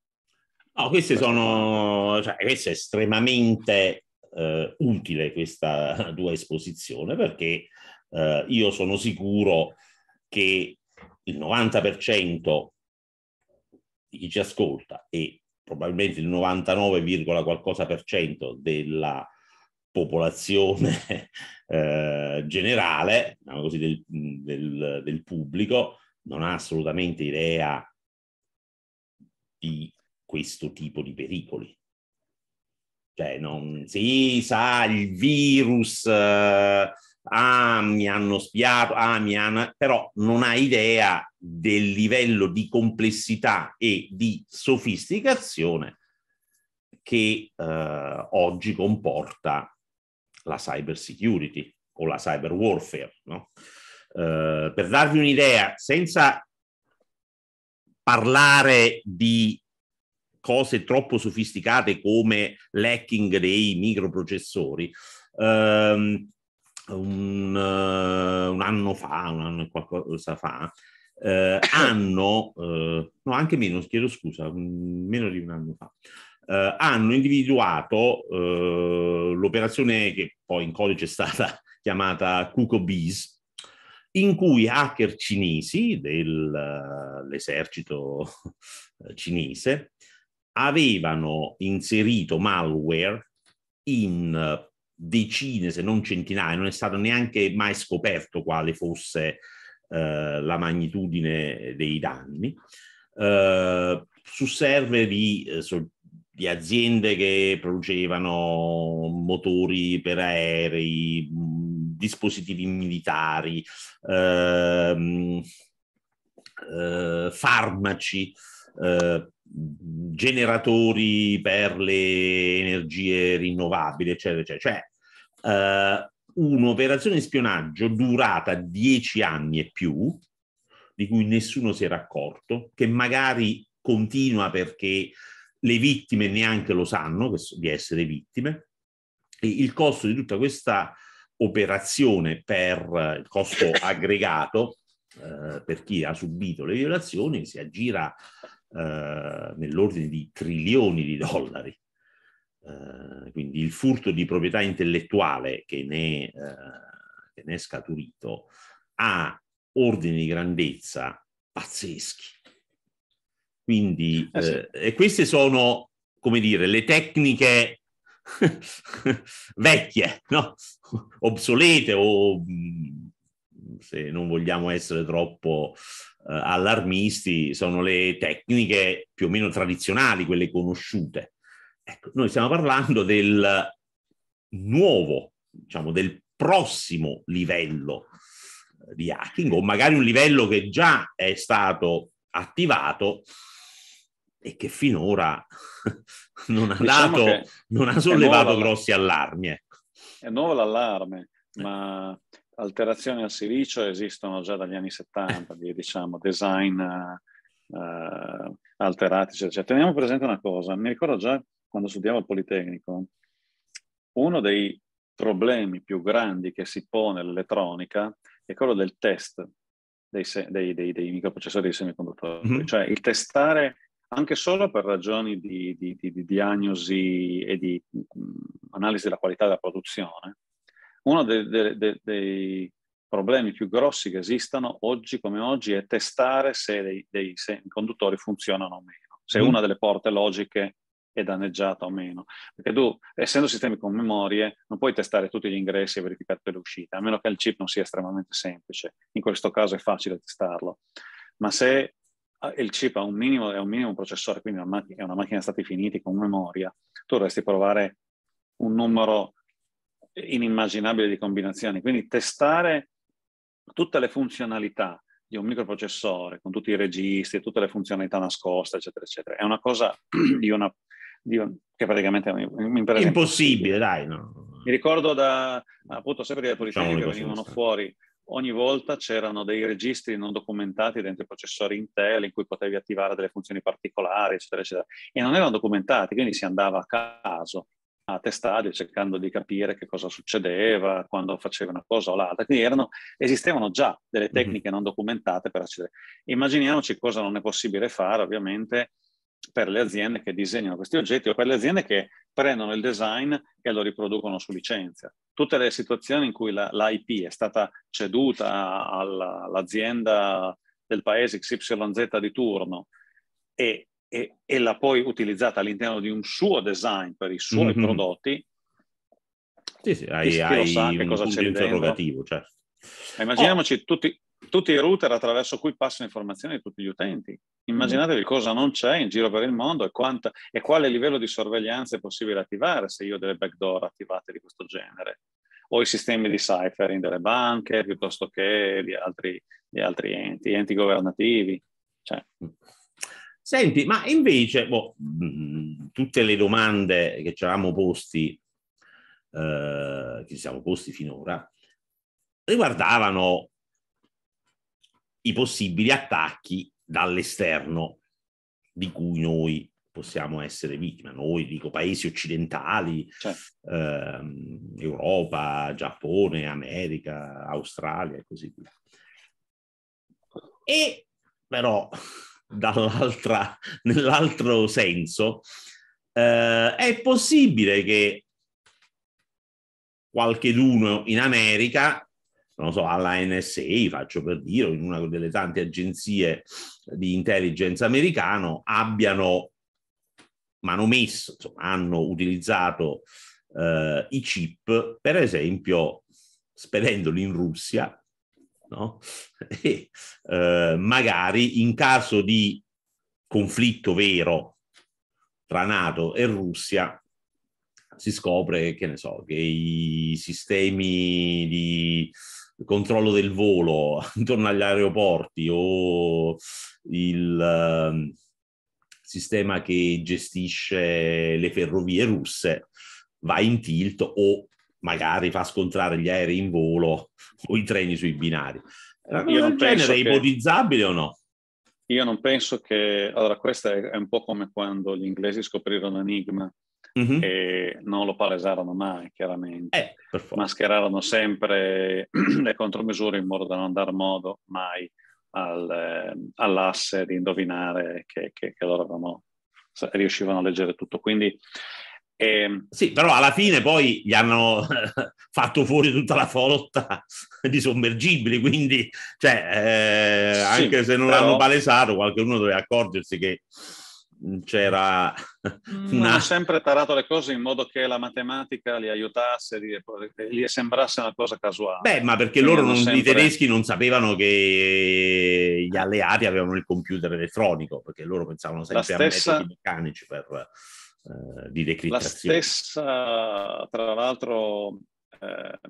No, queste sono, cioè, questo è estremamente eh, utile questa tua esposizione, perché eh, io sono sicuro che il novanta per cento di chi ci ascolta e probabilmente il novantanove, qualcosa per cento della popolazione eh, generale, diciamo così, del, del, del pubblico, non ha assolutamente idea di questo tipo di pericoli. Cioè, non si sa il virus, eh, ah, mi hanno spiato, ah, mi hanno, però non ha idea del livello di complessità e di sofisticazione che eh, oggi comporta la cyber security o la cyber warfare, no? Eh, per darvi un'idea, senza parlare di cose troppo sofisticate come l'hacking dei microprocessori, ehm, un, uh, un anno fa, un anno e qualcosa fa, eh, hanno, eh, no anche meno, chiedo scusa, meno di un anno fa, eh, hanno individuato eh, l'operazione che poi in codice è stata chiamata CocoBees, in cui hacker cinesi dell'esercito cinese avevano inserito malware in decine, se non centinaia, non è stato neanche mai scoperto quale fosse eh, la magnitudine dei danni, eh, su server di, eh, di aziende che producevano motori per aerei, mh, dispositivi militari, ehm, eh, farmaci, eh, generatori per le energie rinnovabili, eccetera, eccetera. Cioè, eh, un'operazione di spionaggio durata dieci anni e più, di cui nessuno si era accorto, che magari continua perché le vittime neanche lo sanno di essere vittime, e il costo di tutta questa operazione, per il costo aggregato, eh, per chi ha subito le violazioni, si aggira Uh, nell'ordine di trilioni di dollari. Uh, quindi il furto di proprietà intellettuale che ne, uh, che ne è scaturito ha ordini di grandezza pazzeschi. Quindi eh sì. uh, e queste sono, come dire, le tecniche vecchie, no? Obsolete, o se non vogliamo essere troppo uh, allarmisti, sono le tecniche più o meno tradizionali, quelle conosciute. Ecco, noi stiamo parlando del nuovo, diciamo, del prossimo livello di hacking, o magari un livello che già è stato attivato e che finora non ha, diciamo dato, non ha sollevato grossi allarmi. Ecco. È nuovo l'allarme, ma alterazioni al silicio esistono già dagli anni settanta, diciamo, design uh, alterati, eccetera, eccetera. Teniamo presente una cosa, mi ricordo già quando studiavo al Politecnico, uno dei problemi più grandi che si pone l'elettronica è quello del test dei, dei, dei, dei microprocessori dei semiconduttori, mm-hmm. cioè il testare anche solo per ragioni di, di, di, di diagnosi e di um, analisi della qualità della produzione. Uno dei, dei, dei problemi più grossi che esistono oggi come oggi è testare se dei, dei semiconduttori funzionano o meno, se mm. una delle porte logiche è danneggiata o meno. Perché tu, essendo sistemi con memorie, non puoi testare tutti gli ingressi e verificare tutte le uscite, a meno che il chip non sia estremamente semplice. In questo caso è facile testarlo. Ma se il chip ha un minimo, è un minimo processore, quindi è una macchina, è una macchina a stati finiti con memoria, tu dovresti provare un numero inimmaginabile di combinazioni, quindi testare tutte le funzionalità di un microprocessore con tutti i registri, tutte le funzionalità nascoste, eccetera, eccetera, è una cosa di una, di un, che praticamente è impossibile, impossibile dai, no? Mi ricordo da appunto sempre dai Politecnici che venivano fuori, ogni volta c'erano dei registri non documentati dentro i processori Intel in cui potevi attivare delle funzioni particolari, eccetera, eccetera, e non erano documentati, quindi si andava a caso a testarli cercando di capire che cosa succedeva quando faceva una cosa o l'altra. Quindi erano, esistevano già delle tecniche mm-hmm. non documentate per accedere. Immaginiamoci cosa non è possibile fare, ovviamente, per le aziende che disegnano questi oggetti o per le aziende che prendono il design e lo riproducono su licenza. Tutte le situazioni in cui la, l'I P è stata ceduta alla, all'azienda del paese X Y Z di turno e E, e l'ha poi utilizzata all'interno di un suo design per i suoi mm-hmm. prodotti, Sì, sì, hai, chi, chi hai lo sa che un cosa punto c'è lì interrogativo, dentro. certo. Immaginiamoci oh. tutti, tutti i router attraverso cui passano informazioni di tutti gli utenti. Immaginatevi cosa non c'è in giro per il mondo e, quanta, e quale livello di sorveglianza è possibile attivare se io ho delle backdoor attivate di questo genere, o i sistemi di ciphering delle banche piuttosto che di altri, di altri enti, enti governativi. Cioè. Senti, ma invece boh, mh, tutte le domande che ci eravamo posti, eh, che ci siamo posti finora, riguardavano i possibili attacchi dall'esterno di cui noi possiamo essere vittime. Noi, dico, paesi occidentali, certo. ehm, Europa, Giappone, America, Australia e così via. E però dall'altra, nell'altro senso, eh, è possibile che qualcheduno in America, non so, alla N S A, faccio per dire, o in una delle tante agenzie di intelligence americano, abbiano manomesso, insomma, hanno utilizzato eh, i chip, per esempio, spedendoli in Russia, no? E eh, magari in caso di conflitto vero tra NATO e Russia si scopre, che ne so, che i sistemi di controllo del volo intorno agli aeroporti o il uh, sistema che gestisce le ferrovie russe va in tilt o magari fa scontrare gli aerei in volo o i treni sui binari. Una cosa del genere è ipotizzabile o no? Io non penso che... Allora, questo è un po' come quando gli inglesi scoprirono Enigma. Mm-hmm. E non lo palesarono mai, chiaramente. Eh, mascherarono sempre le contromisure in modo da non dar modo mai al, eh, all'asse di indovinare che, che, che loro avevano, riuscivano a leggere tutto. Quindi eh, sì, però alla fine poi gli hanno fatto fuori tutta la flotta di sommergibili, quindi cioè, eh, sì, anche se non però... l'hanno palesato, qualcuno doveva accorgersi che c'era una... hanno sempre tarato le cose in modo che la matematica li aiutasse, gli, gli sembrasse una cosa casuale. Beh, ma perché quindi loro non, sempre... i tedeschi non sapevano che gli alleati avevano il computer elettronico, perché loro pensavano sempre stessa... a metodi meccanici per uh, di decriptazione. La stessa, tra l'altro, eh,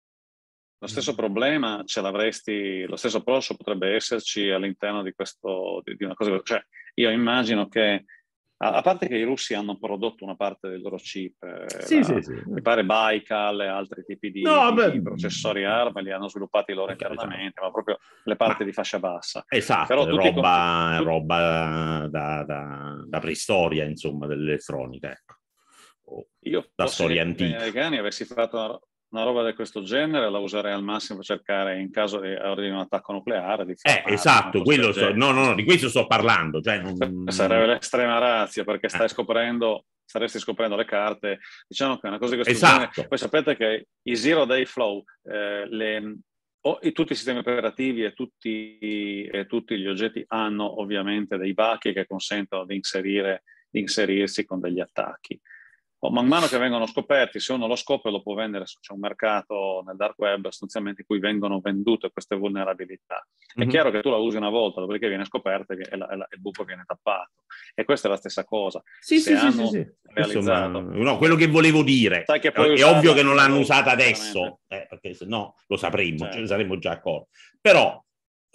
lo stesso problema ce l'avresti, lo stesso approccio potrebbe esserci all'interno di questo, di, di una cosa, cioè io immagino che, a, a parte che i russi hanno prodotto una parte dei loro chip, eh, sì, la, sì, sì. mi pare Baikal e altri tipi di, no, di, di processori A R M li hanno sviluppati loro internamente, ma proprio le parti ma, di fascia bassa. Esatto, però roba, tutti, roba da, da, da preistoria, insomma, dell'elettronica, ecco. O io da storia antica. Gli americani avessi fatto una, una roba di questo genere la userei al massimo per cercare, in caso di, di un attacco nucleare, di eh, esatto, quello so, no, no, no, di questo sto parlando, cioè non... sarebbe l'estrema razza, perché stai eh. scoprendo staresti scoprendo le carte, diciamo che è una cosa di questo esatto. genere. Poi sapete che i zero day flow, eh, le, o, e tutti i sistemi operativi e tutti, e tutti gli oggetti hanno ovviamente dei bachi che consentono di inserire, di inserirsi con degli attacchi. O man mano che vengono scoperti, se uno lo scopre lo può vendere, c'è un mercato nel dark web sostanzialmente in cui vengono vendute queste vulnerabilità. Mm-hmm. È chiaro che tu la usi una volta, dopodiché viene scoperta e il buco viene tappato. E questa è la stessa cosa. Sì, se sì, hanno sì, sì. realizzato... Insomma, no, quello che volevo dire, sai che è, è ovvio che non l'hanno usata adesso, eh, perché se no lo sapremmo, certo. Ce ne saremmo già accorti. Però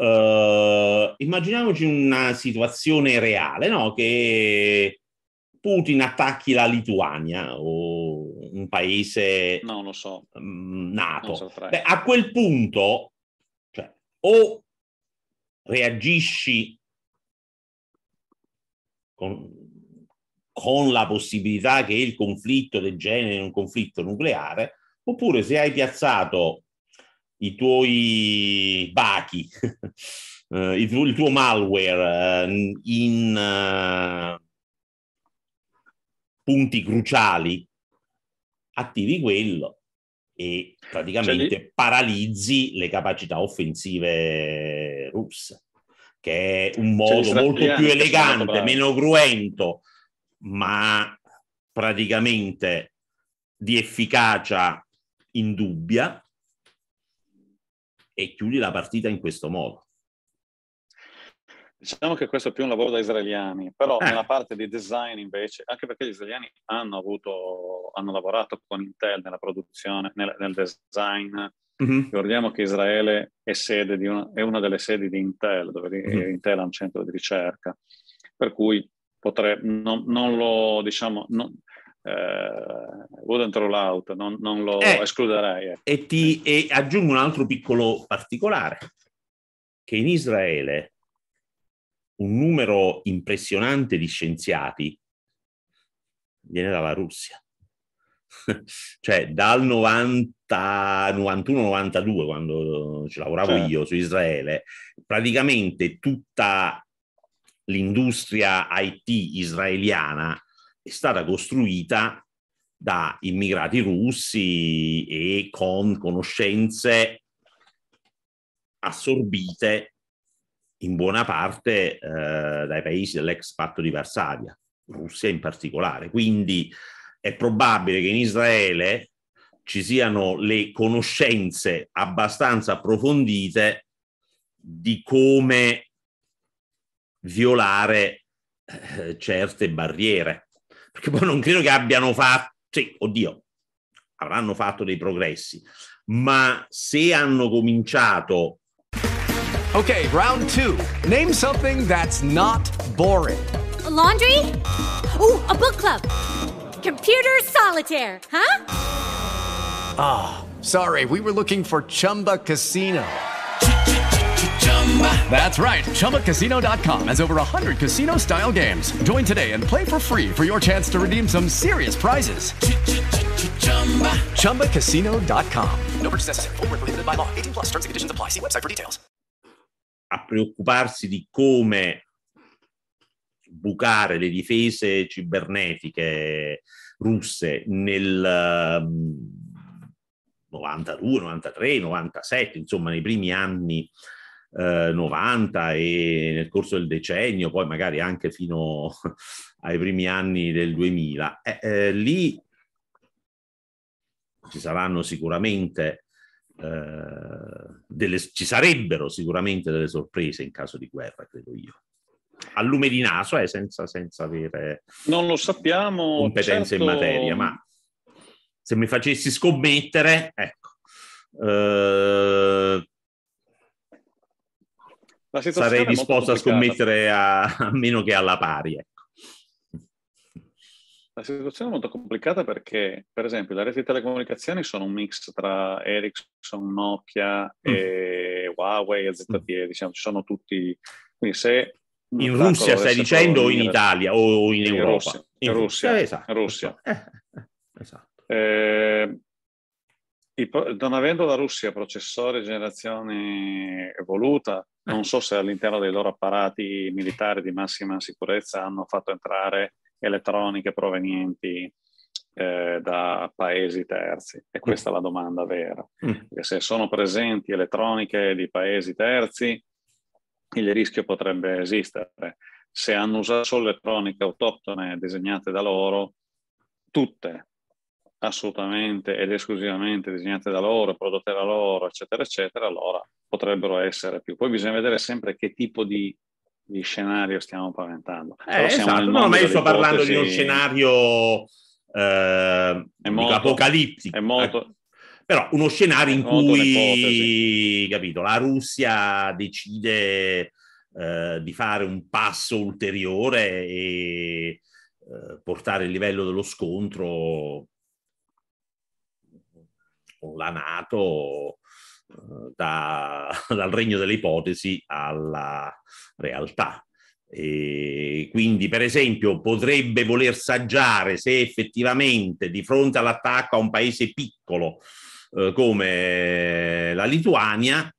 eh, immaginiamoci una situazione reale, no? Che... Putin attacchi la Lituania o un paese no, lo so. um, NATO. So Beh, a quel punto, cioè, o reagisci con, con la possibilità che il conflitto degeneri in un conflitto nucleare, oppure se hai piazzato i tuoi bachi, uh, il, tuo, il tuo malware uh, in... Uh, punti cruciali, attivi quello e praticamente cioè, paralizzi le capacità offensive russe, che è un modo molto più elegante, meno cruento, ma praticamente di efficacia indubbia e chiudi la partita in questo modo. Diciamo che questo è più un lavoro da israeliani, però Eh. nella parte di design invece, anche perché gli israeliani hanno avuto, hanno lavorato con Intel nella produzione, nel, nel design. Mm-hmm. Ricordiamo che Israele è sede di una, è una delle sedi di Intel, dove mm-hmm. Intel ha un centro di ricerca, per cui potrei, non, non lo, diciamo, non, eh, wouldn't rule out, non, non lo eh, escluderei. Eh. E, ti, e aggiungo un altro piccolo particolare, che in Israele un numero impressionante di scienziati viene dalla Russia. Cioè dal novanta, novantuno novantadue, quando ci lavoravo certo. io su Israele, praticamente tutta l'industria I T israeliana è stata costruita da immigrati russi e con conoscenze assorbite in buona parte eh, dai paesi dell'ex patto di Varsavia, Russia in particolare. Quindi è probabile che in Israele ci siano le conoscenze abbastanza approfondite di come violare eh, certe barriere, perché poi non credo che abbiano fatto, sì, oddio, avranno fatto dei progressi, ma se hanno cominciato. Okay, round two. Name something that's not boring. A laundry? Ooh, a book club. Computer solitaire, huh? Ah, oh, sorry, we were looking for Chumba Casino. That's right, Chumba Casino dot com has over one hundred casino-style games. Join today and play for free for your chance to redeem some serious prizes. Chumba Casino dot com. No purchase necessary. Void where prohibited by law. eighteen plus terms and conditions apply. See website for details. A preoccuparsi di come bucare le difese cibernetiche russe nel um, novantadue, novantatré, novantasette, insomma nei primi anni uh, novanta e nel corso del decennio, poi magari anche fino ai primi anni del duemila. Eh, eh, lì ci saranno sicuramente Uh, delle, ci sarebbero sicuramente delle sorprese in caso di guerra, credo io. A lume di naso, eh, senza, senza avere non lo sappiamo, competenze certo. in materia, ma se mi facessi scommettere, ecco, uh, sarei disposto a scommettere a, a meno che alla pari, ecco. La situazione è molto complicata perché, per esempio, le reti di telecomunicazioni sono un mix tra Ericsson, Nokia mm. e Huawei e Z T E, mm. diciamo, ci sono tutti. Quindi se in Russia stai dicendo o in Italia o in, in Europa? Russia, in Russia, Russia. Esatto. Russia. Eh, esatto. Eh, i, non avendo la Russia processori di generazione evoluta, non so se all'interno dei loro apparati militari di massima sicurezza hanno fatto entrare elettroniche provenienti eh, da paesi terzi, e questa mm. è la domanda vera. Mm. Perché se sono presenti elettroniche di paesi terzi, il rischio potrebbe esistere. Se hanno usato solo elettroniche autoctone disegnate da loro, tutte assolutamente ed esclusivamente disegnate da loro, prodotte da loro, eccetera, eccetera, allora potrebbero essere più. Poi bisogna vedere sempre che tipo di di scenario stiamo paventando. Eh, esatto, no, ma io sto parlando di uno scenario eh, molto, apocalittico. È molto, eh. Però uno scenario in cui, capito, la Russia decide eh, di fare un passo ulteriore e eh, portare il livello dello scontro con la NATO Da, dal regno delle ipotesi alla realtà. E quindi, per esempio, potrebbe voler saggiare se effettivamente di fronte all'attacco a un paese piccolo eh, come la Lituania,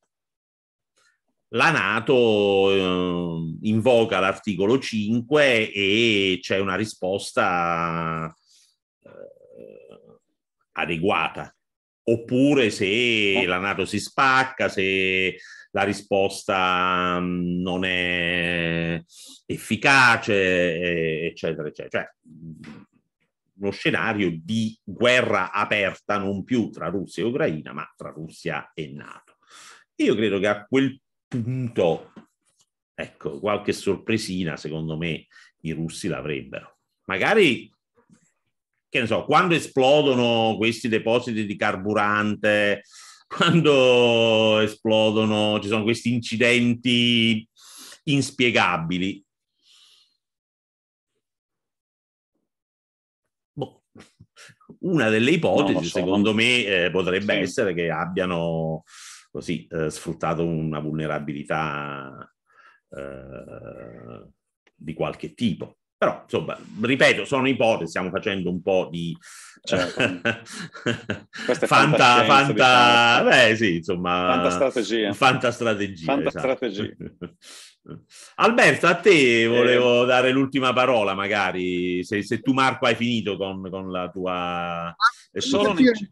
la NATO eh, invoca l'articolo cinque e c'è una risposta eh, adeguata. Oppure se la NATO si spacca, se la risposta non è efficace, eccetera, eccetera. Cioè, uno scenario di guerra aperta non più tra Russia e Ucraina, ma tra Russia e NATO. Io credo che a quel punto, ecco, qualche sorpresina secondo me i russi l'avrebbero. Magari, che ne so, quando esplodono questi depositi di carburante, quando esplodono, ci sono questi incidenti inspiegabili. Boh. Una delle ipotesi, so, secondo me, eh, potrebbe sì. essere che abbiano così eh, sfruttato una vulnerabilità eh, di qualche tipo. Però, insomma, ripeto, sono ipotesi, stiamo facendo un po' di certo. fanta, fanta, diciamo. Beh, sì, insomma, fantastrategia. Fantastrategia, fantastrategia. Esatto. Alberto, a te volevo eh, dare l'ultima parola, magari, se, se tu, Marco, hai finito con, con la tua... Solo capire...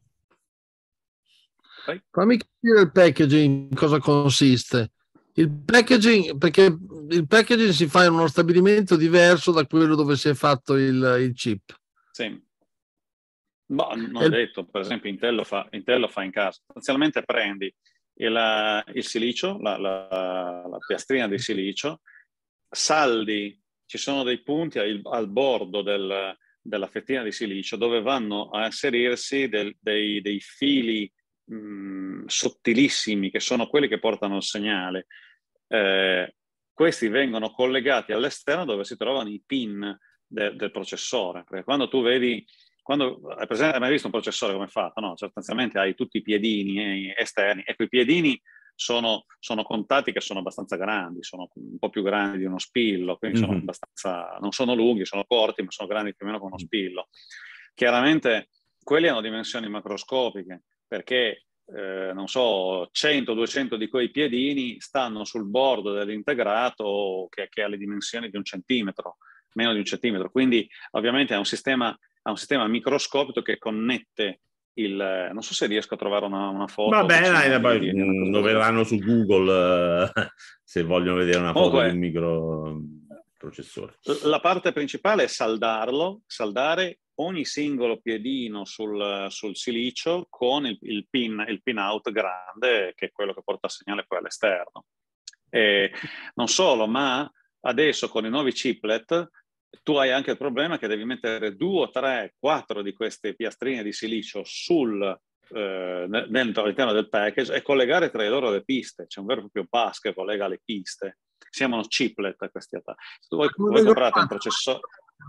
Fammi capire il packaging, in cosa consiste. Il packaging, perché il packaging si fa in uno stabilimento diverso da quello dove si è fatto il, il chip. Sì. Ma non è detto, per esempio Intel lo fa, Intel lo fa in casa. Sostanzialmente prendi il, il silicio, la, la, la piastrina di silicio, saldi, ci sono dei punti al, al bordo del, della fettina di silicio dove vanno a inserirsi del, dei, dei fili mh, sottilissimi, che sono quelli che portano il segnale. Eh, questi vengono collegati all'esterno dove si trovano i pin de, del processore, perché quando tu vedi, quando hai, presente, hai mai visto un processore come è fatto? No, sostanzialmente hai tutti i piedini esterni, e quei piedini sono, sono contati che sono abbastanza grandi, sono un po' più grandi di uno spillo, quindi mm-hmm. sono abbastanza, non sono lunghi, sono corti, ma sono grandi più o meno come uno spillo. Chiaramente quelli hanno dimensioni macroscopiche, perché Eh, non so, cento duecento di quei piedini stanno sul bordo dell'integrato che, che ha le dimensioni di un centimetro, meno di un centimetro, quindi ovviamente è un sistema, ha un sistema microscopico che connette il... non so se riesco a trovare una, una foto. Va bene, poi di, di lo vedranno su Google eh, se vogliono vedere una foto di un microprocessore. La parte principale è saldarlo, saldare ogni singolo piedino sul, sul silicio con il, il pin, il pin out grande, che è quello che porta il segnale poi all'esterno. E non solo, ma adesso con i nuovi chiplet tu hai anche il problema che devi mettere due, tre, quattro di queste piastrine di silicio sul, eh, dentro all'interno del package e collegare tra di loro le piste. C'è un vero e proprio bus che collega le piste. Si chiamano chiplet questi attacchi. Se tu vuoi, vuoi comprare un processore...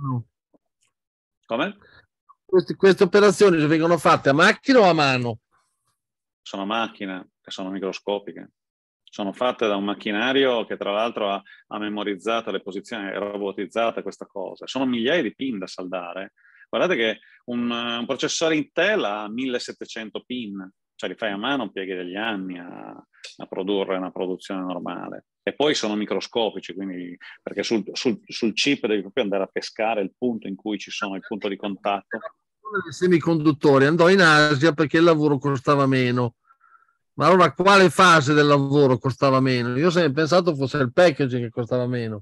Come? Queste, queste operazioni vengono fatte a macchina o a mano? Sono macchine che sono microscopiche. Sono fatte da un macchinario che tra l'altro ha, ha memorizzato le posizioni, è robotizzata questa cosa. Sono migliaia di pin da saldare. Guardate che un, un processore Intel ha millesettecento pin, cioè li fai a mano, pieghi degli anni a, a produrre una produzione normale. E poi sono microscopici, quindi, perché sul, sul, sul chip devi proprio andare a pescare il punto in cui ci sono, il punto di contatto. I semiconduttori andò in Asia perché il lavoro costava meno. Ma allora quale fase del lavoro costava meno? Io ho sempre pensato fosse il packaging che costava meno.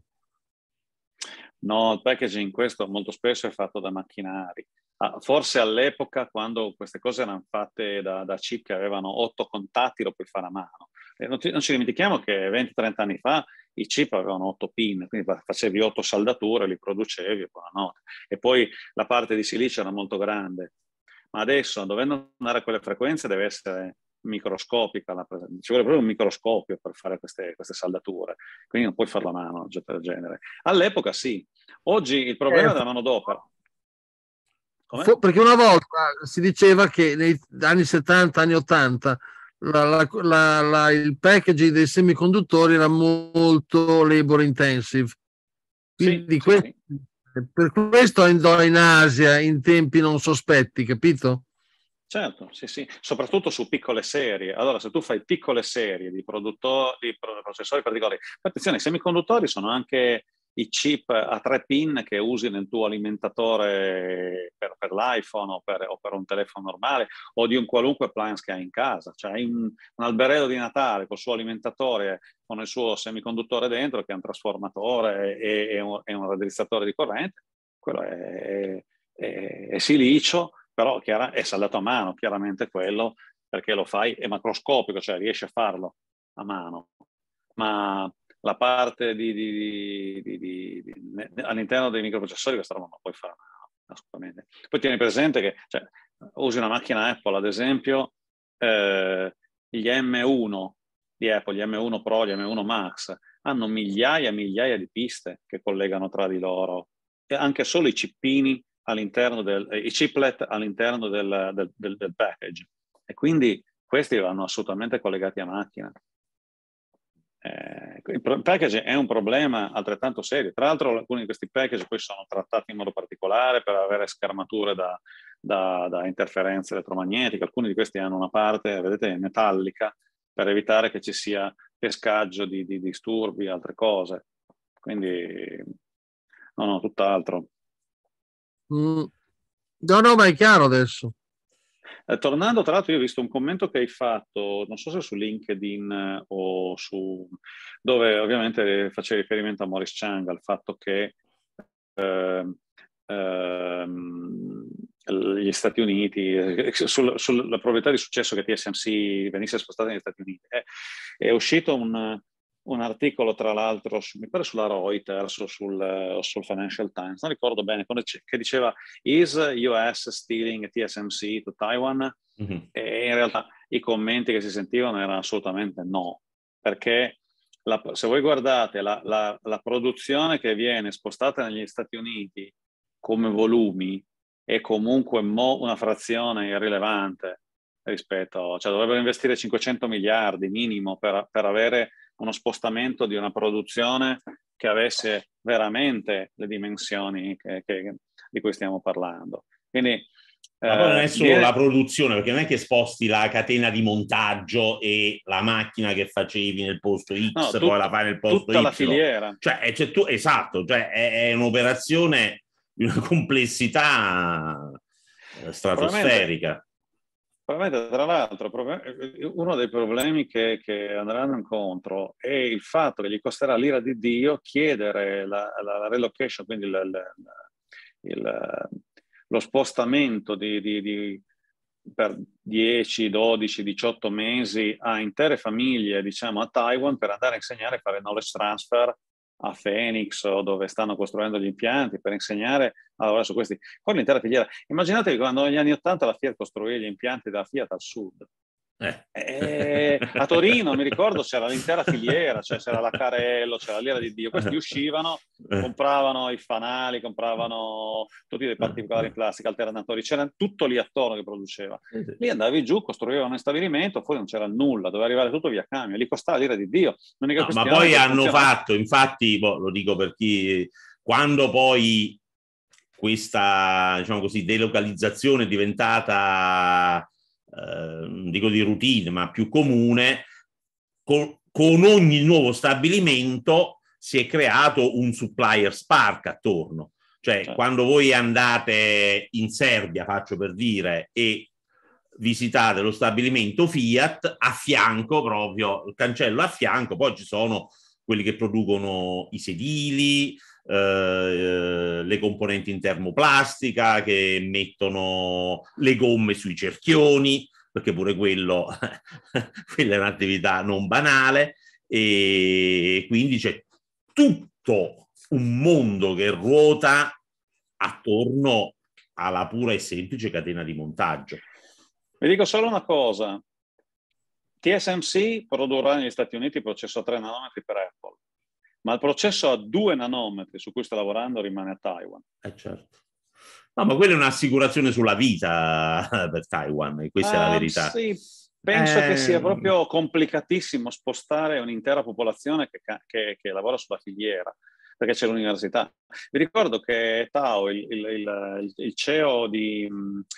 No, il packaging questo molto spesso è fatto da macchinari. Ah, forse all'epoca, quando queste cose erano fatte da, da chip che avevano otto contatti, lo puoi fare a mano. E non, ti, non ci dimentichiamo che venti trenta anni fa i chip avevano otto pin, quindi facevi otto saldature, li producevi e buonanotte. E poi la parte di silicio era molto grande. Ma adesso, dovendo andare a quelle frequenze, deve essere microscopica, la ci vuole proprio un microscopio per fare queste, queste saldature, quindi non puoi farlo a mano, del genere. All'epoca sì, oggi il problema eh, della manodopera. Come? Perché una volta si diceva che negli anni settanta, anni ottanta, la, la, la, la, il packaging dei semiconduttori era molto labor intensive, quindi sì, questo, sì, sì. Per questo andò in Asia in tempi non sospetti, capito? Certo, sì, sì, soprattutto su piccole serie. Allora, se tu fai piccole serie di, produttori, di processori particolari, attenzione, i semiconduttori sono anche i chip a tre pin che usi nel tuo alimentatore per, per l'iPhone o per, o per un telefono normale o di un qualunque appliance che hai in casa. Cioè hai un, un alberello di Natale col suo alimentatore, con il suo semiconduttore dentro che è un trasformatore e, e, un, e un raddrizzatore di corrente. Quello è... è, è silicio, però chiara, è saldato a mano, chiaramente quello, perché lo fai, è macroscopico, cioè riesci a farlo a mano. Ma la parte di, di, di, di, di, di all'interno dei microprocessori questa roba non puoi fare assolutamente. Poi tieni presente che cioè, usi una macchina Apple, ad esempio, eh, gli M uno di Apple, gli M uno Pro, gli M uno Max, hanno migliaia e migliaia di piste che collegano tra di loro, e anche solo i cippini all'interno del, i chiplet all'interno del, del, del, del package. E quindi questi vanno assolutamente collegati a macchina. Eh, il package è un problema altrettanto serio. Tra l'altro alcuni di questi package poi sono trattati in modo particolare per avere schermature da, da, da interferenze elettromagnetiche. Alcuni di questi hanno una parte, vedete, metallica, per evitare che ci sia pescaggio di, di disturbi, altre cose. Quindi no, no, tutt'altro. Mm. No, no, ma è chiaro adesso. Eh, tornando, tra l'altro, io ho visto un commento che hai fatto, non so se su LinkedIn eh, o su... dove ovviamente facevi riferimento a Maurice Chang, al fatto che eh, eh, gli Stati Uniti, eh, sul, sulla probabilità di successo che T S M C venisse spostata negli Stati Uniti. Eh, è uscito un, un articolo, tra l'altro, su, mi pare sulla Reuters o sul, o sul Financial Times, non ricordo bene, che diceva "Is U S stealing T S M C to Taiwan?" Mm-hmm. E in realtà i commenti che si sentivano erano assolutamente no, perché la, se voi guardate la, la, la produzione che viene spostata negli Stati Uniti come volumi è comunque mo una frazione irrilevante rispetto, cioè dovrebbero investire cinquecento miliardi minimo per, per avere uno spostamento di una produzione che avesse veramente le dimensioni che, che, di cui stiamo parlando. Quindi, ma poi non è eh, solo viene... la produzione, perché non è che sposti la catena di montaggio e la macchina che facevi nel posto X, no, tut- poi la fai nel posto tutta Y. La filiera. Cioè, cioè tu, esatto, cioè è, è un'operazione di una complessità stratosferica. Probabilmente, tra l'altro, uno dei problemi che, che andranno incontro è il fatto che gli costerà l'ira di Dio chiedere la, la, la relocation, quindi il, il, il, lo spostamento di, di, di, per dieci, dodici, diciotto mesi a intere famiglie, diciamo, a Taiwan per andare a insegnare e fare knowledge transfer a Phoenix o dove stanno costruendo gli impianti per insegnare a lavorare su questi, con l'intera filiera. Immaginatevi quando negli anni ottanta la Fiat costruiva gli impianti della Fiat al sud. Eh. E a Torino, mi ricordo, c'era l'intera filiera, cioè c'era la Carello, c'era l'ira di Dio. Questi uscivano, compravano i fanali, compravano tutti dei particolari in plastica, alternatori, c'era tutto lì attorno che produceva. Lì andavi giù, costruivano un stabilimento, fuori non c'era nulla, doveva arrivare tutto via camion, lì costava l'ira di Dio. No, ma poi hanno funzionava. fatto, infatti, boh, lo dico per chi, quando poi questa, diciamo così, delocalizzazione è diventata Uh, dico di routine, ma più comune, con, con ogni nuovo stabilimento si è creato un supplier spark attorno. Cioè, certo. Quando voi andate in Serbia, faccio per dire, e visitate lo stabilimento Fiat, a fianco, proprio il cancello a fianco, poi ci sono quelli che producono i sedili, eh, le componenti in termoplastica, che mettono le gomme sui cerchioni, perché pure quello quella è un'attività non banale, e quindi c'è tutto un mondo che ruota attorno alla pura e semplice catena di montaggio. Vi dico solo una cosa: T S M C produrrà negli Stati Uniti il processo a tre nanometri per Apple, ma il processo a due nanometri su cui sta lavorando rimane a Taiwan. Eh certo. No, ma quella è un'assicurazione sulla vita per Taiwan, e questa uh, è la verità. Sì, penso eh... che sia proprio complicatissimo spostare un'intera popolazione che, che, che lavora sulla filiera, perché c'è l'università. Vi ricordo che Tao, il, il, il, il C E O di,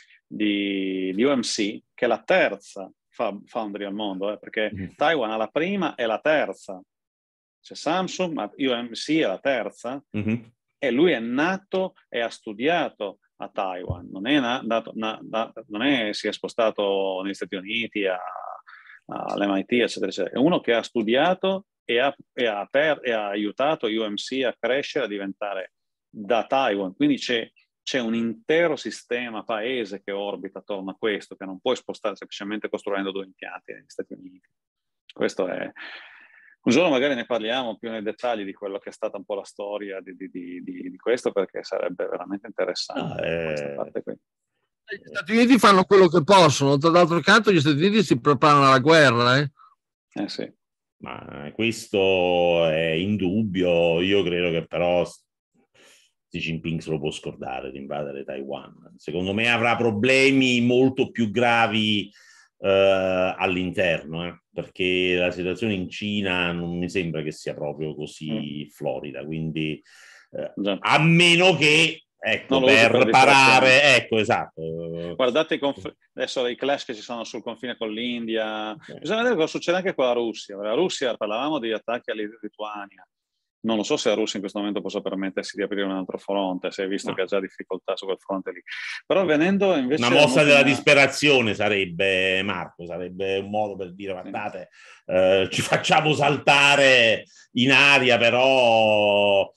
di, di U M C, che è la terza foundry al mondo, eh, perché mm. Taiwan ha la prima e la terza. C'è Samsung, ma U M C è la terza, mm-hmm. e lui è nato e ha studiato a Taiwan, non è, nato, na, na, non è si è spostato negli Stati Uniti, all'M I T, eccetera, eccetera. È uno che ha studiato e ha, e ha, per, e ha aiutato U M C a crescere, a diventare da Taiwan. Quindi c'è c'è un intero sistema paese che orbita attorno a questo, che non puoi spostare semplicemente costruendo due impianti negli Stati Uniti. Questo è... Un giorno magari ne parliamo più nei dettagli di quello che è stata un po' la storia di, di, di, di questo, perché sarebbe veramente interessante. Ah, eh... questa parte qui. Gli Stati Uniti fanno quello che possono, d'altro canto gli Stati Uniti si preparano alla guerra. Eh, eh sì. Ma questo è indubbio. Io credo che però Xi Jinping se lo può scordare di invadere Taiwan. Secondo me avrà problemi molto più gravi eh, all'interno, eh, perché la situazione in Cina non mi sembra che sia proprio così mm. florida, quindi eh, a meno che ecco, per, per parare, ecco, esatto. Guardate i conf- adesso i clash che ci sono sul confine con l'India, okay. Bisogna vedere cosa succede anche con la Russia. La Russia, parlavamo di attacchi alla Lituania. Non lo so se la Russia in questo momento possa permettersi di aprire un altro fronte, si è visto no. che ha già difficoltà su quel fronte lì. Però venendo invece... Una mossa della disperazione sarebbe, Marco, sarebbe un modo per dire, guardate, sì. eh, ci facciamo saltare in aria, però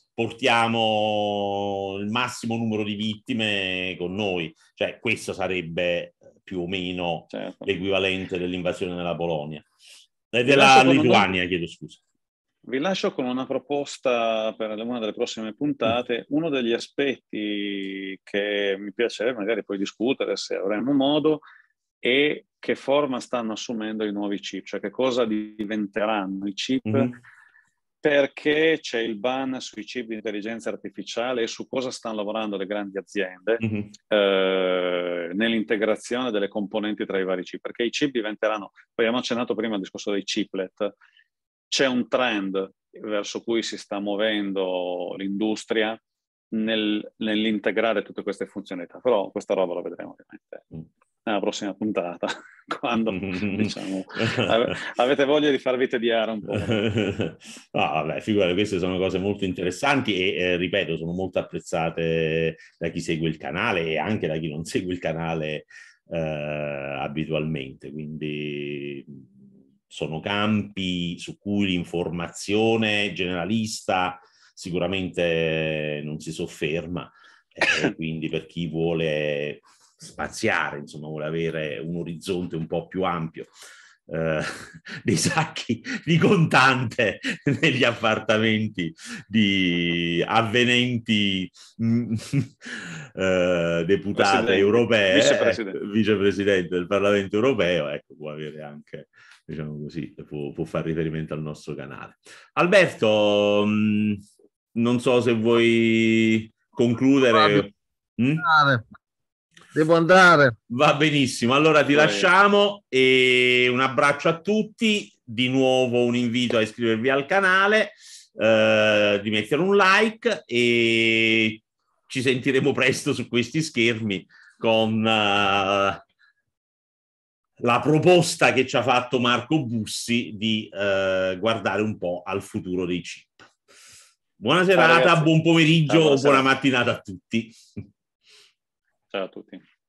portiamo il massimo numero di vittime con noi. Cioè, questo sarebbe più o meno certo. l'equivalente dell'invasione della Polonia. E della Lituania, chiedo scusa. Vi lascio con una proposta per una delle prossime puntate. Uno degli aspetti che mi piacerebbe magari poi discutere, se avremo modo, è che forma stanno assumendo i nuovi chip, cioè che cosa diventeranno i chip, mm-hmm. perché c'è il ban sui chip di intelligenza artificiale e su cosa stanno lavorando le grandi aziende mm-hmm. eh, nell'integrazione delle componenti tra i vari chip, perché i chip diventeranno, poi abbiamo accennato prima al discorso dei chiplet. C'è un trend verso cui si sta muovendo l'industria nel, nell'integrare tutte queste funzionalità, però questa roba la vedremo ovviamente nella prossima puntata, quando diciamo, ave, avete voglia di farvi tediare un po'. No, vabbè, figurati, queste sono cose molto interessanti e, eh, ripeto, sono molto apprezzate da chi segue il canale e anche da chi non segue il canale eh, abitualmente, quindi... sono campi su cui l'informazione generalista sicuramente non si sofferma, eh, quindi per chi vuole spaziare, insomma, vuole avere un orizzonte un po' più ampio, eh, dei sacchi di contante negli appartamenti di avvenenti mh, eh, deputate Presidente, europee, vicepresidente. Eh, vicepresidente del Parlamento europeo, ecco, può avere anche, diciamo così, può, può fare riferimento al nostro canale. Alberto, mh, non so se vuoi concludere. Mm? Devo andare. Va benissimo, allora ti Vai. lasciamo e un abbraccio a tutti, di nuovo un invito a iscrivervi al canale, eh, di mettere un like e ci sentiremo presto su questi schermi con uh, la proposta che ci ha fatto Marco Bussi di uh, guardare un po' al futuro dei chip. Buona serata, Ciao, buon pomeriggio o buona mattinata a tutti. Ciao a tutti.